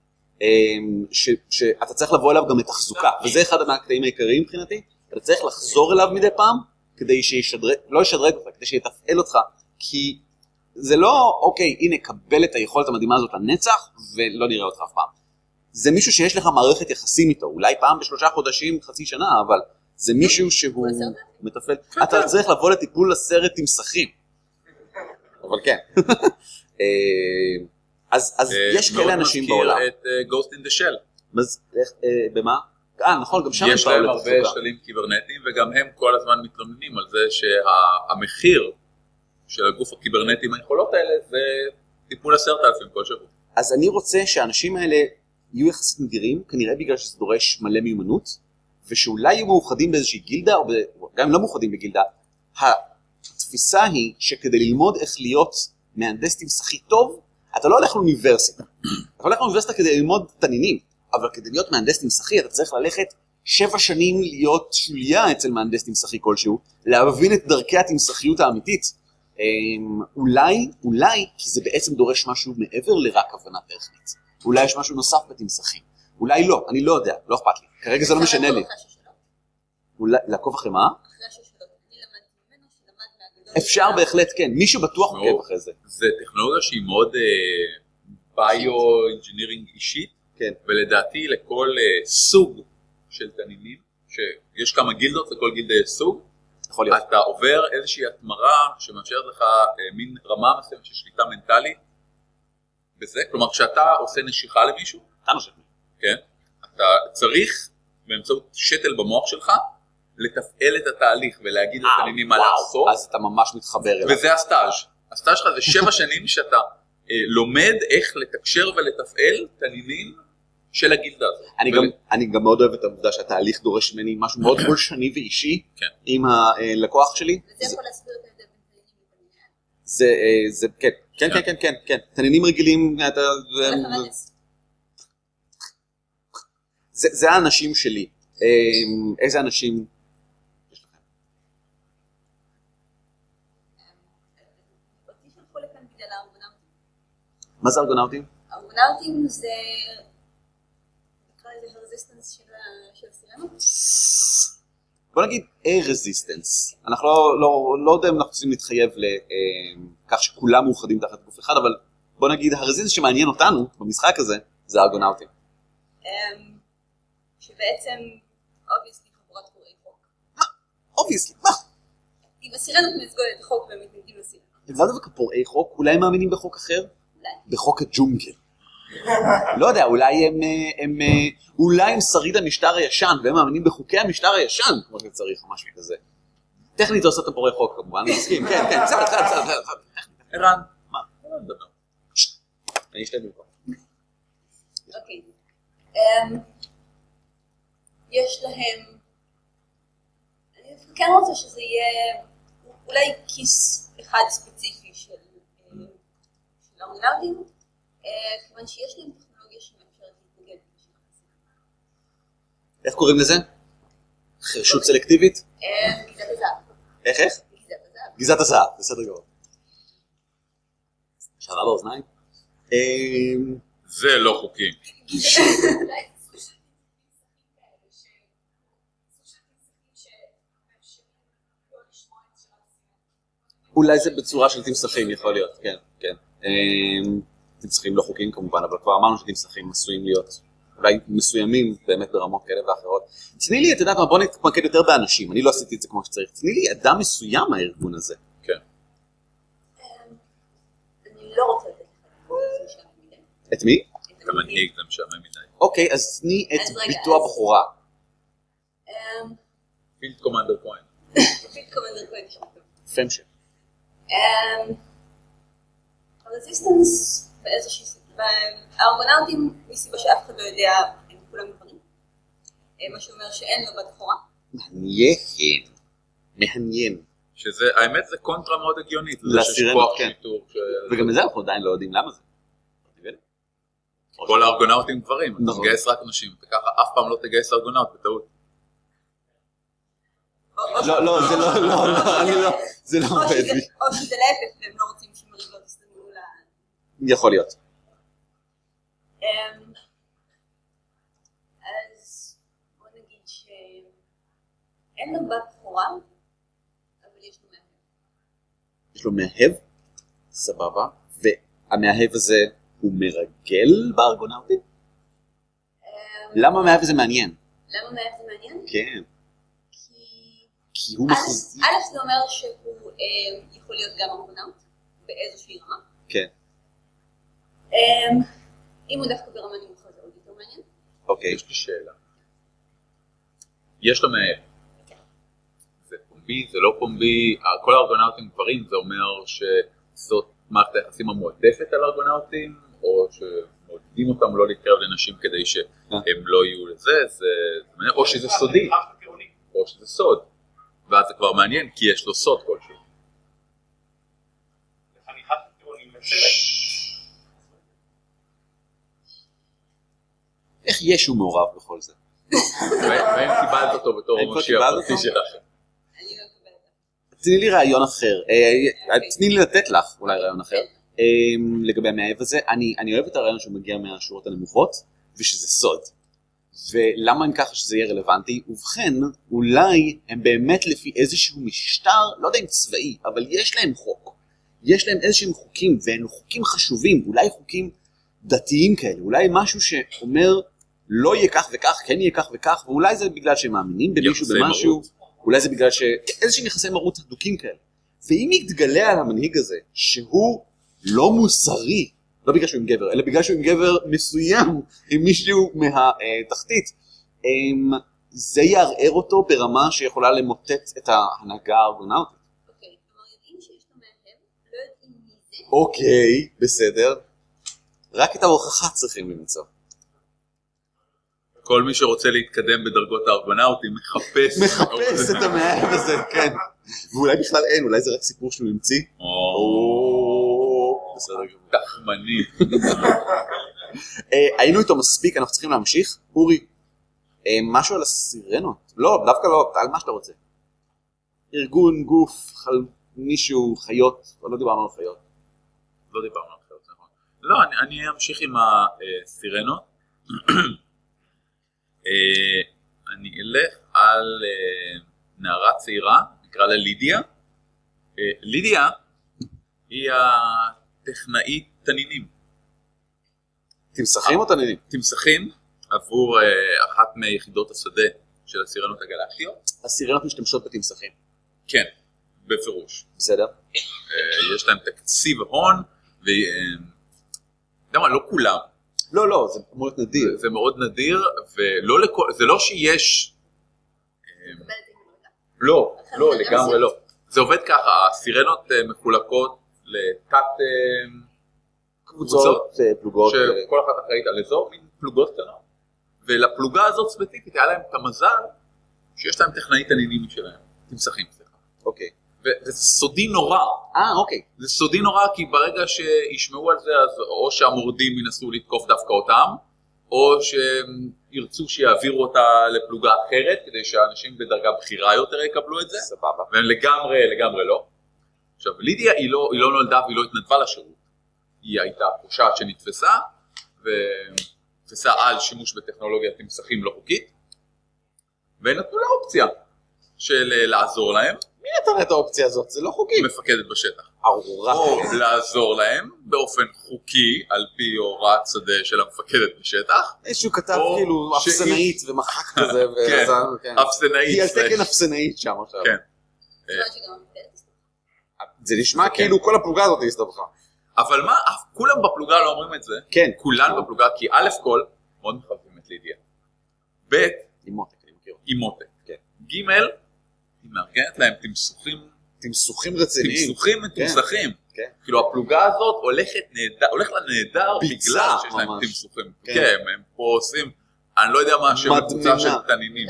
שאתה צריך לבוא אליו גם לתחזוקה, וזה אחד מהקטעים העיקריים מבחינתי, אתה צריך לחזור אליו מדי פעם, כדי שישדרג, לא ישדרג אותך, כדי שיתפעל אותך, כי... זה לא, אוקיי, הנה, קבל את היכולת המדהימה הזאת לנצח, ולא נראה אותך אף פעם. זה מישהו שיש לך מערכת יחסים איתו, אולי פעם בשלושה חודשים, חצי שנה, אבל זה מישהו שהוא מטפל. אתה צריך לבוא לטיפול לסרט תמסכים. אבל כן. אז יש כאלה אנשים בעולם. מאוד מזכיר את Ghost in the Shell. במה? אה, נכון, גם שם יש להם הרבה שללים קיברנטיים, וגם הם כל הזמן מתלוננים על זה שהמחיר של הגוף הקיברנטי עם היכולות האלה, זה טיפול עשרת אלפים כל שבוע. אז אני רוצה שהאנשים האלה יהיו יחסית נדירים, כנראה בגלל שזה דורש מלא מיומנות, ושאולי יהיו מאוחדים באיזושהי גילדה, או גם אם לא מאוחדים בגילדה. התפיסה היא שכדי ללמוד איך להיות מהנדס תמסכי טוב, אתה לא הולך לאוניברסיטה. אתה הולך לאוניברסיטה כדי ללמוד תנינים, אבל כדי להיות מהנדס תמסכי, אתה צריך ללכת שבע שנים להיות שוליה אצל מהנדס תמסכי כלשהו, להבין את דרכי התמסכיות האמיתית. אולי, אולי, כי זה בעצם דורש משהו מעבר לרק הבנה טכנית. אולי יש משהו נוסף בתמסכים. אולי לא, אני לא יודע, לא אכפת לי. כרגע זה לא משנה לי. אחרי השושלות? אולי, לעקוב אחרי מה? אחרי השושלות. אני למדתי ממנו שלמד מהגדול. אפשר בהחלט, כן. מישהו בטוח מאוד. עוקב אחרי זה. זה טכנולוגיה שהיא מאוד ביו-אינג'ינירינג אישית, כן. ולדעתי לכל אה, סוג של תנינים, שיש כמה גילדות, לכל גילדה יש סוג, יכול להיות. אתה עובר איזושהי התמרה שמאפשרת לך אה, מין רמה מסוימת של שליטה מנטלית בזה, כלומר כשאתה עושה נשיכה למישהו, אתה נושך. כן, אתה צריך באמצעות שתל במוח שלך לתפעל את התהליך ולהגיד לתנינים מה לעשות, אז אתה ממש מתחבר אליו. וזה הסטאז'. הסטאז' שלך זה שבע שנים שאתה אה, לומד איך לתקשר ולתפעל תנינים של הגילדה הזאת. אני גם, אני גם מאוד אוהב את העובדה שהתהליך דורש ממני משהו מאוד פולשני ואישי עם הלקוח שלי. וזה יכול להסביר את ההבדל בין תנינים לתנינים. זה, זה, כן, כן, כן, כן, כן, כן. תנינים רגילים, אתה... זה, זה האנשים שלי. איזה אנשים יש לכם? אותי שלחו לכאן בגלל הארגונאוטים. מה זה ארגונאוטים? הארגונאוטים זה... נקרא לזה הרזיסטנס של הסירנות? בוא נגיד A-Resistance. אנחנו לא, לא, לא יודע אם אנחנו צריכים להתחייב לכך שכולם מאוחדים תחת גוף אחד, אבל בוא נגיד הרזיסטנס שמעניין אותנו במשחק הזה, זה הארגונאוטים. שבעצם, אובייסלי, חבורת פורעי חוק. מה? אובייסלי, מה? אם הסירנות מייצגות את החוק והם מתנגדים לסירנות. הם לא דווקא פורעי חוק, אולי הם מאמינים בחוק אחר? אולי. בחוק הג'ונגל. לא יודע, אולי הם, הם, אולי הם שריד המשטר הישן, והם מאמינים בחוקי המשטר הישן, כמו שצריך או משהו כזה. טכנית זה עושה את הפורעי חוק, כמובן, אני מסכים, כן, כן, בסדר, בסדר, בסדר, בסדר. ערן, מה? לא מדבר. אני אשתה במקום. אוקיי. יש להם... אני כן רוצה שזה יהיה אולי כיס אחד ספציפי של ארגונאוטים, כיוון שיש להם טכנולוגיה שמאפשרת להתנגד. איך קוראים לזה? חרשות סלקטיבית? גזעת הזהב. איך איך? גזעת הזהב. גזעת הזהב, בסדר גמור. שרה באוזניים? זה לא חוקי. אולי זה בצורה של תמסכים, יכול להיות, כן, כן. תמסכים לא חוקיים כמובן, אבל כבר אמרנו שתמסכים עשויים להיות, אולי מסוימים באמת ברמות כאלה ואחרות. תני לי, את יודעת מה, בוא נתמקד יותר באנשים, אני לא עשיתי את זה כמו שצריך. תני לי אדם מסוים מהארגון הזה. כן. אני לא רוצה לתת לך. את מי? את המנהיג, זה משעמם מדי. אוקיי, אז תני את ביתו הבחורה. פילד קומנדר כהן. פילד קומנדר כהן שם. פם שם. הרזיסטנס באיזושהי סיבה, הארגונאוטים מסיבה שאף אחד לא יודע, הם כולם גברים. מה שאומר שאין לו בת בחורה. מעניין. מעניין. שזה, האמת זה קונטרה מאוד הגיונית. לסירנות, כן. וגם לזה אנחנו עדיין לא יודעים למה זה. כל הארגונאוטים גברים, אתה תגייס רק נשים, וככה אף פעם לא תגייס ארגונאוט בטעות. לא, לא, זה לא, לא, אני לא, זה לא עובד לי. או שזה להפך, והם לא רוצים שמריב לא תסתדרו ל... יכול להיות. אז בוא נגיד שאין לו בת בחורה, אבל יש לו מאהב. יש לו מאהב? סבבה. והמאהב הזה הוא מרגל בארגונאוטים? למה המאהב הזה מעניין? למה המאהב זה מעניין? כן. כי הוא מחוזי. א' זה אומר שהוא יכול להיות גם ארגונאוט באיזושהי רמה. כן. אם הוא דווקא ברמה נמוכה זה עוד יותר מעניין. אוקיי. יש לי שאלה. יש לו מאהב. זה פומבי, זה לא פומבי, כל הארגונאוטים גברים, זה אומר שזאת מערכת היחסים המועדפת על הארגונאוטים, או שמעודדים אותם לא להתקרב לנשים כדי שהם לא יהיו לזה, או שזה סודי, או שזה סוד. ואז זה כבר מעניין, כי יש לו סוד כלשהו. לחניכת טירונים מצלת. איך ישו מעורב בכל זה? והאם קיבלת אותו בתור המשיח הפרטי שלכם? אני לא מקבלת. תני לי רעיון אחר, תני לי לתת לך אולי רעיון אחר, לגבי המאהב הזה. אני אוהב את הרעיון שהוא מגיע מהשורות הנמוכות, ושזה סוד. ולמה הם ככה שזה יהיה רלוונטי? ובכן, אולי הם באמת לפי איזשהו משטר, לא יודע אם צבאי, אבל יש להם חוק. יש להם איזשהם חוקים, והם חוקים חשובים, אולי חוקים דתיים כאלה, אולי משהו שאומר לא יהיה כך וכך, כן יהיה כך וכך, ואולי זה בגלל שהם מאמינים במישהו במשהו, מרות. אולי זה בגלל שאיזשהם יחסי מרות הדוקים כאלה. ואם יתגלה על המנהיג הזה שהוא לא מוסרי, לא בגלל שהוא עם גבר, אלא בגלל שהוא עם גבר מסוים, עם מישהו מהתחתית, זה יערער אותו ברמה שיכולה למוטט את ההנהגה הארגונאוטית. אוקיי, כלומר יודעים שיש לו מהם, לא יודעים מי זה. אוקיי, בסדר. רק את ההוכחה צריכים למצוא. כל מי שרוצה להתקדם בדרגות הארגונאוטים מחפש. מחפש את המאהב הזה, כן. ואולי בכלל אין, אולי זה רק סיפור שהוא המציא. או... בסדר גמור. תחמני. היינו איתו מספיק, אנחנו צריכים להמשיך. אורי, משהו על הסירנות? לא, דווקא לא, על מה שאתה רוצה. ארגון, גוף, מישהו, חיות, לא דיברנו על חיות. לא דיברנו על חיות, נכון. לא, אני אמשיך עם הסירנות. אני אלך על נערה צעירה, נקרא לה לידיה. לידיה היא הטכנאית תנינים. תמסכים או תנינים? תמסכים עבור אחת מיחידות השדה של הסירנות הגלקטיות. הסירנות משתמשות בתמסכים? כן, בפירוש. בסדר. יש להם תקציב הון, ודמה, לא כולם. לא, לא, זה מאוד נדיר. זה מאוד נדיר, ולא לכל, זה לא שיש... לא, לא, לגמרי לא. זה עובד ככה, הסירנות מחולקות לתת קבוצות, פלוגות. שכל אחת אחראית על אזור, מין פלוגות קטנות. ולפלוגה הזאת ספציפית היה להם את המזל שיש להם טכנאית עניינים שלהם. תמסכים, סליחה. אוקיי. וזה סודי נורא. אה, אוקיי. זה סודי נורא כי ברגע שישמעו על זה, אז או שהמורדים ינסו לתקוף דווקא אותם, או שירצו שיעבירו אותה לפלוגה אחרת, כדי שהאנשים בדרגה בחירה יותר יקבלו את זה. סבבה. והם לגמרי, לגמרי לא. עכשיו, לידיה היא לא, היא לא נולדה והיא לא התנדבה לשירות. היא הייתה פושעת שנתפסה, ותפסה על שימוש בטכנולוגיית תמסכים לא חוקית, ונתנו לה אופציה של לעזור להם. מי נתן את האופציה הזאת? זה לא חוקי. מפקדת בשטח. ארורה. או לעזור להם באופן חוקי, על פי הוראת שדה של המפקדת בשטח. איזשהו כתב כאילו אפסנאית ומחק כזה. כן, אפסנאית. היא על תקן אפסנאית שם עכשיו. כן. זה נשמע כאילו כל הפלוגה הזאת הסתבכה. אבל מה, כולם בפלוגה לא אומרים את זה. כן. כולן בפלוגה, כי א' כל, מאוד מחלבים את לידיה. ב' עם מותק, אני מכיר. עם מותק. כן. ג' היא מארגנת להם תמסוכים. תמסוכים רציניים. תמסוכים מתומסכים. כן. כאילו הפלוגה הזאת הולכת נהדר, הולך לה נהדר בגלל שיש להם תמסוכים. כן, הם פה עושים, אני לא יודע מה השם הקבוצה של תנינים.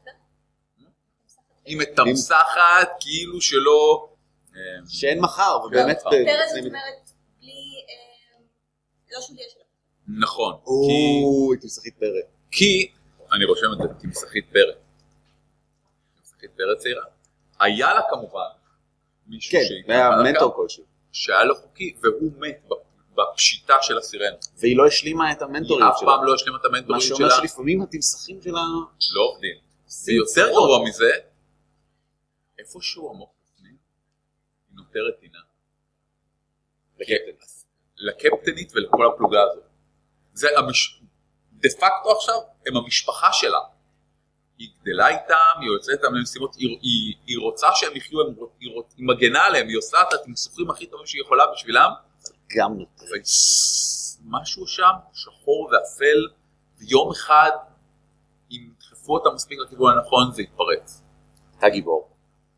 היא מתמסחת כאילו שלא... שאין מחר, ובאמת... פרץ זאת אומרת, בלי... לא שוליה שלה. נכון. או, היא תמסכית פרץ. כי, אני רושם את זה, תמסכית פרץ. תמסכית פרץ צעירה. היה לה כמובן מישהו כן, היה מנטור כלשהו. שהיה לו חוקי, והוא מת בפשיטה של הסירנות. והיא לא השלימה את המנטוריות שלה. היא אף פעם לא השלימה את המנטוריות שלה. מה שאומר שלפעמים התמסכים שלה... לא עובדים. ויותר גרוע מזה, איפשהו עמוק בפנים, היא נותרת עינה. לקפטנית ולכל הפלוגה הזאת. זה המש... דה פקטו עכשיו, הם המשפחה שלה. היא גדלה איתם, היא יוצאת איתם למשימות, היא, היא, היא רוצה שהם יחיו, היא, היא, היא מגנה עליהם, היא עושה את התמסוכים הכי טובים שהיא יכולה בשבילם. גם נותרת. משהו שם, שחור ואפל, ויום אחד, אם דחפו אותם מספיק לכיוון הנכון, זה יתפרץ. הגיבור.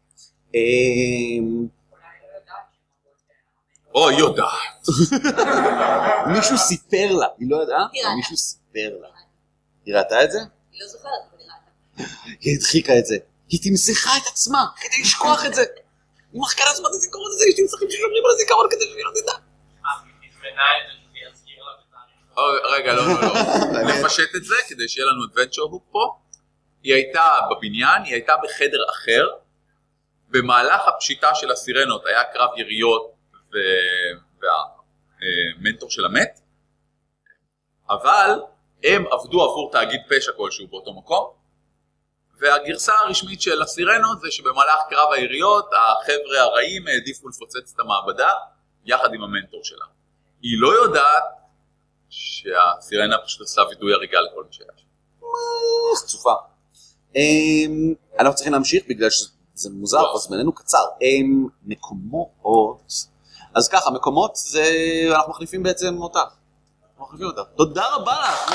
או, היא יודעת. מישהו סיפר לה, היא לא ידעה? מישהו סיפר לה. היא ראתה את זה? היא לא זוכרת, אבל היא ראתה. היא הדחיקה את זה. היא תמסכה את עצמה כדי לשכוח את זה. היא מחכה לעצמה את הזיכרון הזה, יש תמסכים ששומרים על הזיכרון כדי שהיא לא תדע. אה, היא תזמנה את זה שהיא יזכיר לה בתאריך. רגע, לא, לא, לא. נפשט את זה כדי שיהיה לנו adventure hook פה. היא הייתה בבניין, היא הייתה בחדר אחר. במהלך הפשיטה של הסירנות היה קרב יריות והמנטור של המת. אבל הם עבדו עבור תאגיד פשע כלשהו באותו מקום, והגרסה הרשמית של הסירנות זה שבמהלך קרב העיריות החבר'ה הרעים העדיפו לפוצץ את המעבדה יחד עם המנטור שלה. היא לא יודעת שהסירנה פשוט עושה וידוי הריגה לכל מי שהיה שם. חצופה. אנחנו צריכים להמשיך בגלל שזה מוזר, אבל זמננו קצר. מקומות, אז ככה, מקומות זה, אנחנו מחליפים בעצם אותה. אנחנו מחליפים אותה. תודה רבה לך.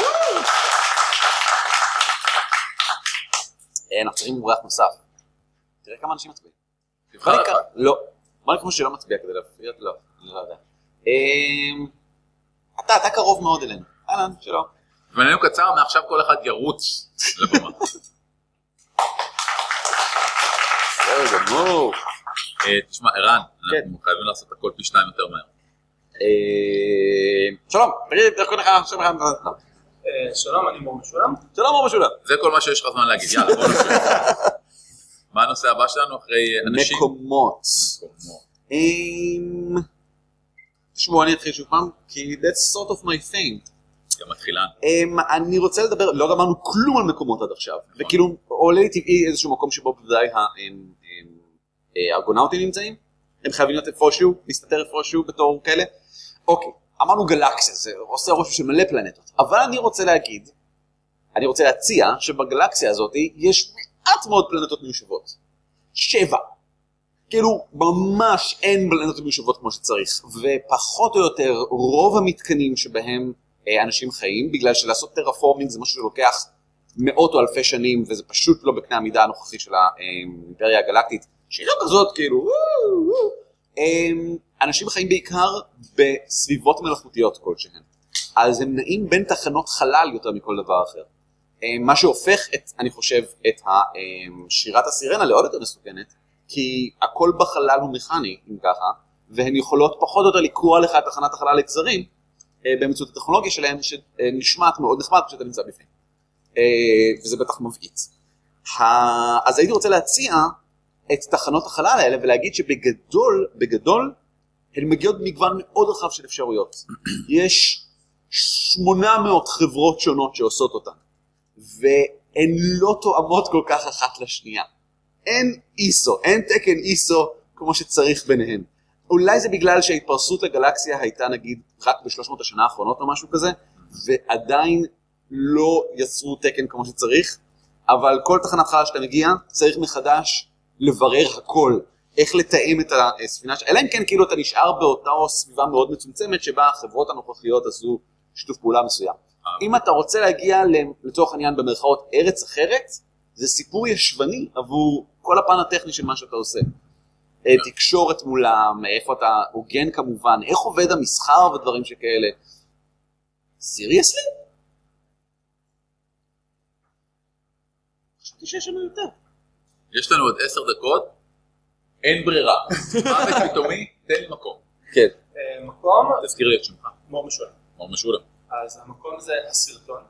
אנחנו צריכים מורח נוסף. תראה כמה אנשים מצביעים. תבחר אחד. לא. בוא נקרא שלא מצביע כדי להפריע, לא, אני לא יודע. אתה, אתה קרוב מאוד אלינו. אהלן, שלום. זמננו קצר, מעכשיו כל אחד ירוץ לבמה. זהו, גמור. תשמע, ערן, אנחנו חייבים לעשות הכל פי שניים יותר מהר. שלום, תגיד, איך קוראים לך? שלום, אני מור משולם. שלום, מור משולם. זה כל מה שיש לך זמן להגיד, יאללה, בוא נשאר. מה הנושא הבא שלנו אחרי אנשים? מקומות. תשמעו, אני אתחיל שוב פעם, כי that's sort of my thing. גם מתחילן. אני רוצה לדבר, לא גמרנו כלום על מקומות עד עכשיו, וכאילו עולה לי טבעי איזשהו מקום שבו בוודאי הארגונאוטים נמצאים, הם חייבים להיות איפשהו, להסתתר איפשהו בתור כאלה. אוקיי, אמרנו גלקסיה, זה עושה ראש של מלא פלנטות, אבל אני רוצה להגיד, אני רוצה להציע שבגלקסיה הזאת יש מעט מאוד פלנטות מיושבות. שבע. כאילו ממש אין פלנטות מיושבות כמו שצריך, ופחות או יותר רוב המתקנים שבהם אנשים חיים, בגלל שלעשות טרפורמינג זה משהו שלוקח מאות או אלפי שנים, וזה פשוט לא בקנה המידה הנוכחי של האימפריה הגלקטית, שהיא לא כזאת כאילו, אנשים חיים בעיקר בסביבות מלאכותיות כלשהן, אז הם נעים בין תחנות חלל יותר מכל דבר אחר, מה שהופך את, אני חושב, את שירת הסירנה לעוד יותר מסוכנת, כי הכל בחלל הוא מכני, אם ככה, והן יכולות פחות או יותר לקרוע לך את תחנת החלל לגזרים, באמצעות הטכנולוגיה שלהם, שנשמעת מאוד נחמד כשאתה נמצא בפנים. וזה בטח מבעיץ. אז הייתי רוצה להציע את תחנות החלל האלה, ולהגיד שבגדול, בגדול, הן מגיעות מגוון מאוד רחב של אפשרויות. יש שמונה מאות חברות שונות שעושות אותן, והן לא תואמות כל כך אחת לשנייה. אין איסו, אין תקן איסו כמו שצריך ביניהן. אולי זה בגלל שההתפרסות לגלקסיה הייתה נגיד רק ב-שלוש מאות השנה האחרונות או משהו כזה, ועדיין לא יצרו תקן כמו שצריך, אבל כל תחנת חלל שאתה מגיע צריך מחדש לברר הכל, איך לתאם את הספינה, אלא אם כן כאילו אתה נשאר באותה סביבה מאוד מצומצמת שבה החברות הנוכחיות עשו שיתוף פעולה מסוים. אם אתה רוצה להגיע לצורך העניין במרכאות ארץ אחרת, זה סיפור ישבני עבור כל הפן הטכני של מה שאתה עושה. תקשורת מולם, איפה אתה הוגן כמובן, איך עובד המסחר ודברים שכאלה. סיריוסלי? חשבתי שיש לנו יותר. יש לנו עוד עשר דקות, אין ברירה. מה פתאומי? תן לי מקום. כן. מקום? תזכיר לי את שמך. מור משולם. מור משולם. אז המקום זה הסרטון.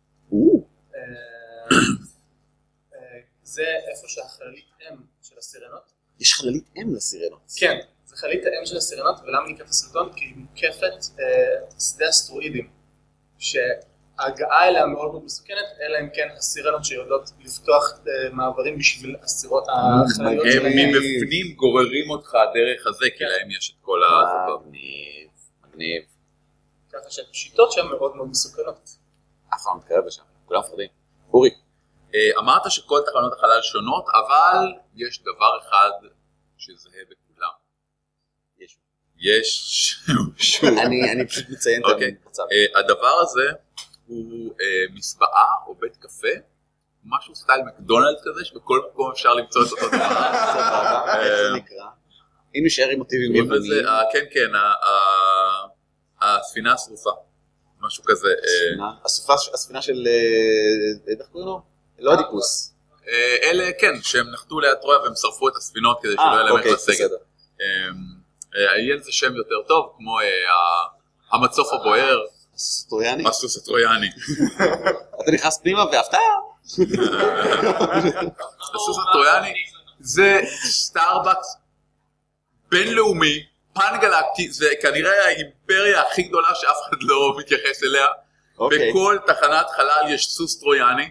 זה איפה שהחללית אם של הסירנות. יש חללית אם לסירנות. כן, זה חללית האם של הסירנות, ולמה נקראת הסרטון? כי היא מוקפת שדה אסטרואידים, שההגעה אליה מאוד מאוד מסוכנת, אלא אם כן הסירנות שיודעות לפתוח מעברים בשביל הסירות החלליות שלהם. הם מבפנים גוררים אותך דרך הזה, כי להם יש את כל ה... מגניב, מגניב. ככה שהשיטות שהן מאוד מאוד מסוכנות. אף פעם מתקרב לשם, כולם פחדים. אורי. אמרת שכל תחנות החלל שונות, אבל יש דבר אחד שזהה בכולם. יש. יש. אני פשוט מציין את המצב. הדבר הזה הוא מסבעה או בית קפה, משהו סטייל מקדונלד כזה, שבכל מקום אפשר למצוא את אותו דבר. איך זה נקרא? אם נשאר עם מוטיבים יווניים. כן, כן, הספינה השרופה. משהו כזה. הספינה של... איך קוראים לו? לא הדיפוס. אלה, כן, שהם נחתו ליד טרויה והם שרפו את הספינות כדי שלא יהיה להם איך לסגת. יהיה לזה שם יותר טוב, כמו המצוף הבוער. הסוס הטרויאני? הסוס הטרויאני. אתה נכנס פנימה והפתעה? הסוס הטרויאני זה סטארבקס בינלאומי, פן גלקטי, זה כנראה האימפריה הכי גדולה שאף אחד לא מתייחס אליה. אוקיי. בכל תחנת חלל יש סוס טרויאני.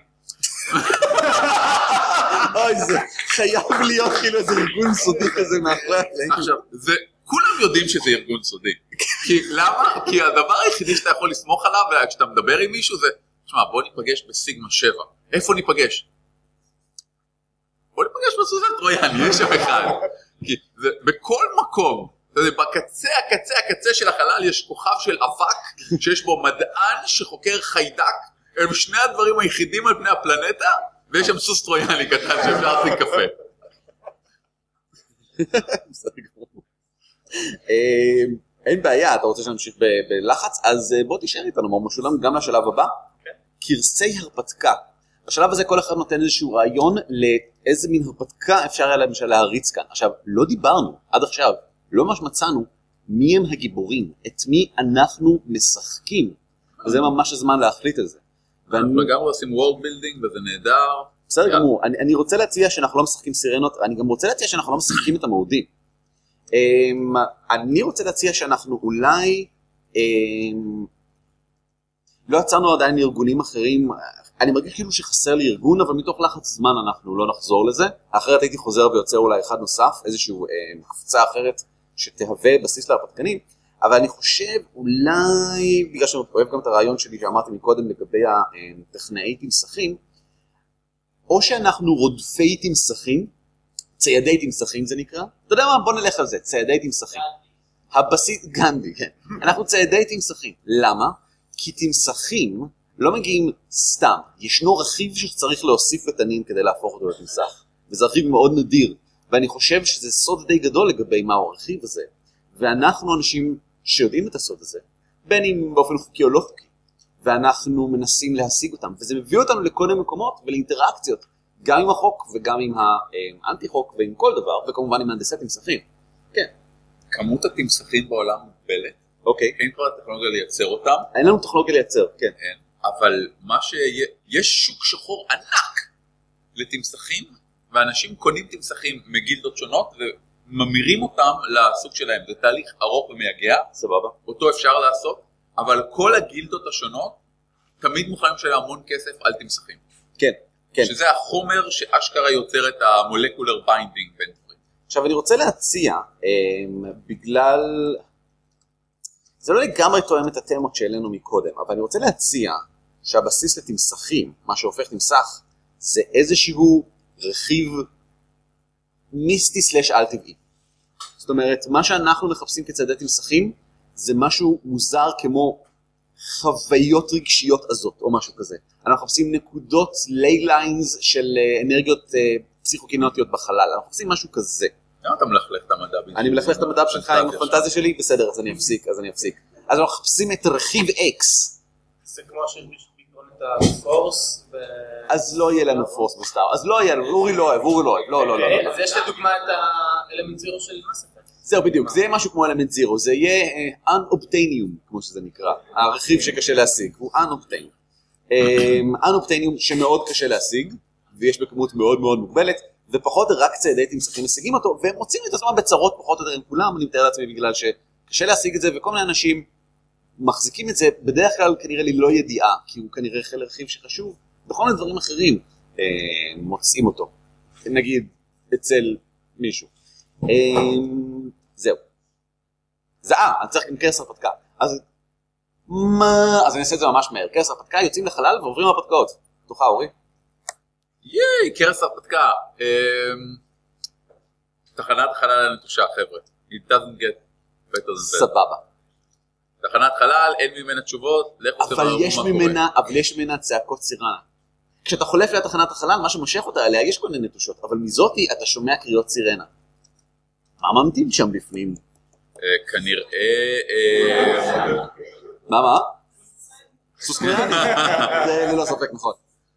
אוי, זה חייב להיות כאילו איזה ארגון סודי כזה מאחורי הקלעים. עכשיו, זה, כולם יודעים שזה ארגון סודי. כי למה? כי הדבר היחידי שאתה יכול לסמוך עליו, כשאתה מדבר עם מישהו זה, תשמע, בוא ניפגש בסיגמה שבע. איפה ניפגש? בוא ניפגש בסוס הטרויאני, יש שם אחד. כי זה בכל מקום, בקצה, הקצה, הקצה של החלל יש כוכב של אבק, שיש בו מדען שחוקר חיידק, הם שני הדברים היחידים על פני הפלנטה, ויש שם סוס טרויאני קטן שאפשר להשיג קפה. אין בעיה, אתה רוצה שנמשיך בלחץ, אז בוא תישאר איתנו, מר משולם, גם לשלב הבא. קרסי הרפתקה. בשלב הזה כל אחד נותן איזשהו רעיון לאיזה מין הרפתקה אפשר היה למשל להריץ כאן. עכשיו, לא דיברנו עד עכשיו, לא ממש מצאנו מי הם הגיבורים, את מי אנחנו משחקים. וזה ממש הזמן להחליט על זה. אנחנו לגמרי עושים world building וזה נהדר. בסדר גמור, אני, אני רוצה להציע שאנחנו לא משחקים סירנות, אני גם רוצה להציע שאנחנו לא משחקים את המורדים. אני רוצה להציע שאנחנו אולי לא יצרנו עדיין ארגונים אחרים, אני מרגיש כאילו שחסר לי ארגון, אבל מתוך לחץ זמן אנחנו לא נחזור לזה, אחרת הייתי חוזר ויוצר אולי אחד נוסף, איזשהו קבוצה אחרת שתהווה בסיס להרפתקנים, אבל אני חושב אולי, בגלל שאני אוהב גם את הרעיון שלי שאמרתי מקודם לגבי הטכנאי תמסכים, או שאנחנו רודפי תמסכים, ציידי תמסכים זה נקרא, אתה יודע מה? בוא נלך על זה, ציידי תמסכים. הבסיס, גנדי, כן. אנחנו ציידי תמסכים. למה? כי תמסכים לא מגיעים סתם. ישנו רכיב שצריך להוסיף לתנין כדי להפוך אותו לתמסך. וזה רכיב מאוד נדיר. ואני חושב שזה סוד די גדול לגבי מהו הרכיב הזה. ואנחנו אנשים שיודעים את הסוד הזה, בין אם באופן חוקי או לא חוקי. ואנחנו מנסים להשיג אותם. וזה מביא אותנו לכל מיני מקומות ולאינטראקציות. גם עם החוק וגם עם האנטי חוק ועם כל דבר, וכמובן עם מהנדסי תמסכים. כן. כמות התמסכים בעולם מוגבלת. אוקיי. אין כבר טכנולוגיה לייצר אותם. אין לנו טכנולוגיה לייצר, כן. אין. אבל מה שיש שוק שחור ענק לתמסכים, ואנשים קונים תמסכים מגילדות שונות, וממירים אותם לסוג שלהם. זה תהליך ארוך ומייגע. סבבה. אותו אפשר לעשות, אבל כל הגילדות השונות, תמיד מוכנים לשלם המון כסף על תמסכים. כן. כן. שזה החומר שאשכרה יוצר את המולקולר ביינדינג בין דברים. עכשיו אני רוצה להציע, אה, בגלל, זה לא לגמרי תואם את התמות שהעלינו מקודם, אבל אני רוצה להציע שהבסיס לתמסכים, מה שהופך תמסך, זה איזשהו רכיב מיסטי סלש על טבעי. זאת אומרת, מה שאנחנו מחפשים כציידי תמסכים, זה משהו מוזר כמו חוויות רגשיות עזות, או משהו כזה. אנחנו מחפשים נקודות ליי ליינס של אנרגיות פסיכוקינטיות בחלל, אנחנו מחפשים משהו כזה. למה אתה מלכלך את המדע? אני מלכלך את המדע שלך עם הפנטזיה שלי? בסדר, אז אני אפסיק, אז אני אפסיק. אז אנחנו מחפשים את רכיב X. זה כמו שמישהו ביטרון את הפורס ו... אז לא יהיה לנו פורס בסטאר, אז לא יהיה לנו, אורי לא אוהב, אורי לא אוהב, לא, לא, לא. אז יש לדוגמה את האלמנט זירו של מספר. זהו בדיוק, זה יהיה משהו כמו אלמנט זירו, זה יהיה unobtainium, כמו שזה נקרא, הרכיב שקשה להשיג, הוא unobtainium. unobtainium שמאוד קשה להשיג, ויש בכמות מאוד מאוד מוגבלת, ופחות רק ציידי תמסכים משיגים אותו, והם מוצאים את עצמם בצרות פחות או יותר עם כולם, אני מתאר לעצמי בגלל שקשה להשיג את זה, וכל מיני אנשים מחזיקים את זה, בדרך כלל כנראה לי לא ידיעה, כי הוא כנראה רכיב שחשוב, בכל מיני דברים אחרים מוצאים אותו, נגיד אצל מישהו. זהו. זה אה, אני צריך עם קרס הרפתקה. אז מה? אז אני אעשה את זה ממש מהר. קרס הרפתקה יוצאים לחלל ועוברים הרפתקאות. תוכה אורי? ייי, קרס הרפתקה. תחנת חלל הנטושה, חבר'ה. It doesn't get better than that. סבבה. תחנת חלל, אין ממנה תשובות, לכו תבררו מה קורה. אבל יש ממנה צעקות סירנה. כשאתה חולף ליד תחנת החלל, מה שמושך אותה עליה, יש כל מיני נטושות, אבל מזאתי אתה שומע קריאות סירנה. מה ממתין שם בפנים? כנראה... מה, מה? סוס קריאני? זה ללא ספק נכון.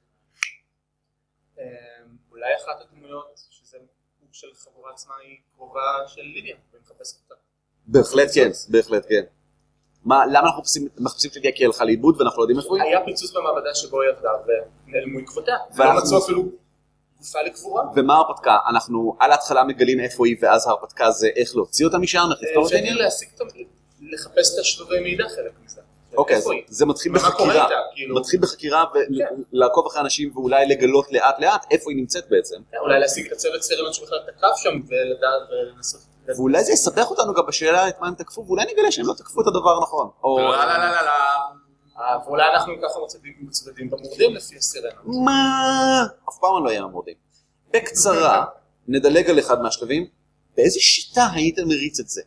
אולי אחת הדמויות, שזה מוק של חבורה עצמה, היא קרובה של לידיה, ומחפש אותה. בהחלט כן, בהחלט כן. מה, למה אנחנו מחפשים שתגיע כי הלכה לאיבוד ואנחנו לא יודעים איפה היא? היה פיצוץ במעבדה שבו היא עבדה ונעלמו עקבותיה. ולא מצאו אפילו גופה לקבורה. ומה ההרפתקה? אנחנו על ההתחלה מגלים איפה היא, ואז ההרפתקה זה איך להוציא אותה משם, איך לפתור את העניין? אפשר להשיג אותם, לחפש את השבבי מידע חלק מזה. אוקיי, איפה היא? זה מתחיל ומה קורה בחקירה, איתה, כאילו? מתחיל בחקירה ולעקוב אחרי אנשים ואולי לגלות לאט לאט איפה היא נמצאת בעצם. אולי להשיג את הצוות סרנות שבכלל תקף שם ולדעת ולנסות. ואולי זה יסבך אותנו גם בשאלה את מה הם תקפו, ואולי נגלה שהם לא תקפו את הדבר הנכון. או... לא, לא, לא, לא, לא. ואולי אנחנו ככה מצדדים במורדים לפי הסרנות. מה? אף פעם אני לא אהיה המורדים. בקצרה, נדלג על אחד מהשלבים, באיזה שיטה היית מריץ את זה?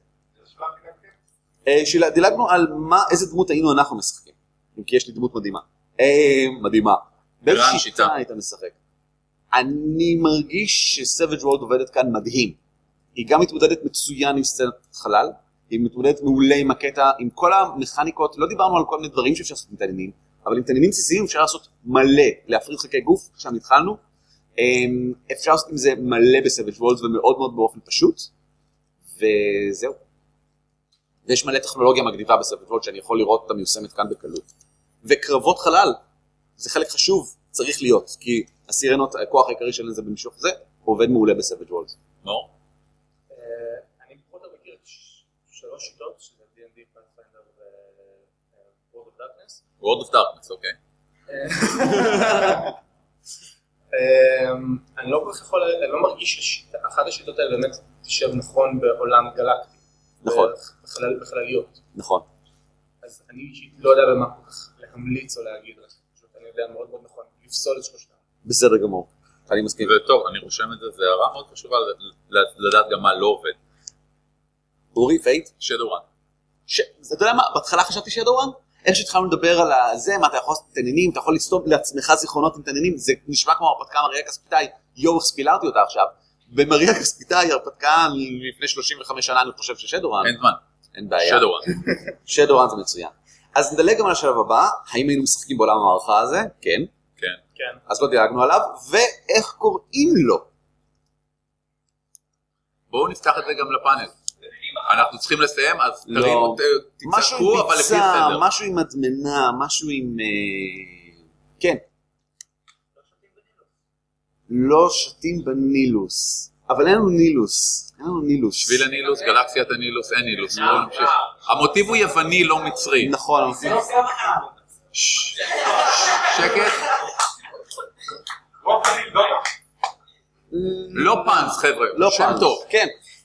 דילגנו על מה, איזה דמות היינו אנחנו משחקים, כי יש לי דמות מדהימה. מדהימה. באיזה שיטה היית משחק? אני מרגיש שסאביג' וורלד עובדת כאן מדהים. היא גם מתמודדת מצוין עם סצנת חלל, היא מתמודדת מעולה עם הקטע, עם כל המכניקות, לא דיברנו על כל מיני דברים שאפשר לעשות עם תעניינים, אבל עם תעניינים בסיסיים אפשר לעשות מלא, להפריד חלקי גוף, שם התחלנו, אפשר לעשות עם זה מלא בסאביג' וורלד ומאוד מאוד באופן פשוט, וזהו. ויש מלא טכנולוגיה מגניבה בסאביג' וורלד שאני יכול לראות אותה מיושמת כאן בקלות. וקרבות חלל, זה חלק חשוב, צריך להיות, כי הסירנות, הכוח העיקרי שלנו זה במשוך זה, עובד מעולה בסאביג' וורלד. נו? אני פחות מכיר את שלוש שיטות, שזה די אנד די, Pathfinder ו-World of Darkness. World of Darkness, אוקיי. אני לא כל כך יכול, אני לא מרגיש שאחת השיטות האלה באמת תשב נכון בעולם גלקטי. נכון. בחלליות. נכון. אז אני אישית לא יודע במה כל כך להמליץ או להגיד, פשוט אני יודע מאוד מאוד נכון, לפסול את שלושתם. בסדר גמור. אני מסכים. וטוב, אני רושם את זה, זה הערה מאוד חשובה לדעת גם מה לא עובד. אורי, פייט? שדורן. אתה יודע מה, בהתחלה חשבתי שדורן? איך שהתחלנו לדבר על זה, מה אתה יכול לעשות תעניינים, אתה יכול לסתום לעצמך זיכרונות עם תעניינים, זה נשמע כמו הרפתקה מריה כספיתאי, יו, איך ספילרתי אותה עכשיו. במריה כספיתאי, הרפתקה לפני שלושים וחמש שנה, אני חושב ששדורן. אין זמן. אין בעיה. שדורן. שדורן זה מצוין. אז נדלג גם על השלב הבא, האם היינו משחקים בעולם המערכה הזה? כן. כן. כן. אז לא דילגנו עליו, ואיך קוראים לו? בואו נפתח את זה גם לפאנל. אנחנו צריכים לסיים, אז לא. תצעקו, אבל לפי סדר. משהו עם מדמנה, משהו עם... כן. לא שתים בנילוס. אבל אין לנו נילוס. אין לנו נילוס. שביל הנילוס, גלקסיית הנילוס, אין נילוס. המוטיב הוא יווני, לא מצרי. נכון. שקט. לא פאנס, חבר'ה. לא שם פאנס. טוב. כן.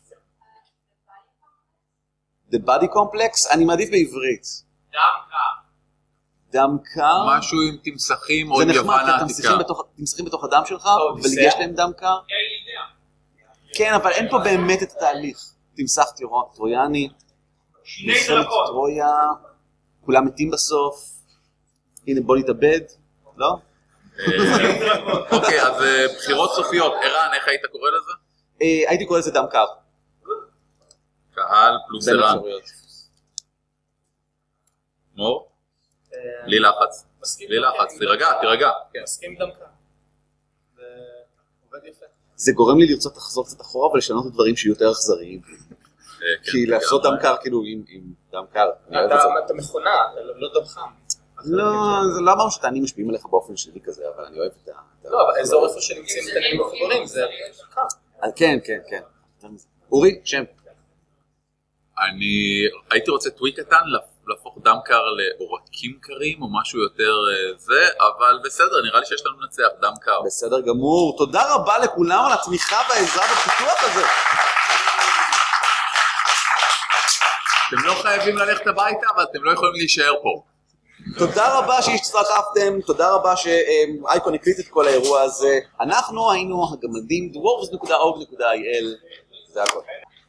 The Body Complex, אני מעדיף בעברית. דם קר. דם קר? משהו עם תמסכים או זה עם נחמד, יוון כי אתה העתיקה. תמסכים בתוך הדם שלך, ולגש להם דם קר? כן, אבל אין פה באמת את התהליך. תמסך טרויאני, מלחמת טרויה, כולם מתים בסוף, הנה בוא נתאבד, לא? אוקיי, אז בחירות סופיות. ערן, איך היית קורא לזה? הייתי קורא לזה דם קר. קהל פלוס ערן. מור? בלי לחץ. בלי לחץ, תירגע, תירגע. מסכים דם קר. זה עובד יפה. זה גורם לי לרצות לחזור קצת אחורה ולשנות את דברים שיהיו יותר אכזריים. כי לעשות דם קר כאילו עם דם קר. אתה מכונה, אתה לא דם חם. לא, זה לא אמרנו שתענים משפיעים עליך באופן שלי כזה, אבל אני אוהב את ה... לא, אבל האזור איפה שנמצאים תענים מחוברים, זה חם. כן, כן, כן. אורי, שם. אני הייתי רוצה טוויק קטן להפוך דם קר לעורקים קרים או משהו יותר זה, אבל בסדר, נראה לי שיש לנו נצח, דם קר. בסדר גמור, תודה רבה לכולם על התמיכה והעזרה בפיתוח הזה. אתם לא חייבים ללכת הביתה, אבל אתם לא יכולים להישאר פה. תודה רבה שהשתתפתם, תודה רבה שאייקון הקליט את כל האירוע הזה. אנחנו היינו הגמדים דוורבס נקודה אורג נקודה איי אל, זה הכל.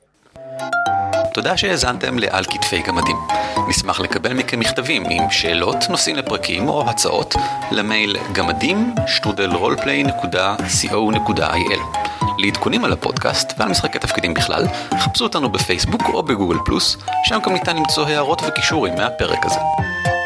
תודה שהאזנתם לעל כתפי גמדים. נשמח לקבל מכם מכתבים עם שאלות, נושאים לפרקים או הצעות למייל גמדים שטרודל רולפליי נקודה סי או נקודה איי אל. לעדכונים על הפודקאסט ועל משחקי תפקידים בכלל, חפשו אותנו בפייסבוק או בגוגל פלוס, שם גם ניתן למצוא הערות וקישורים מהפרק הזה.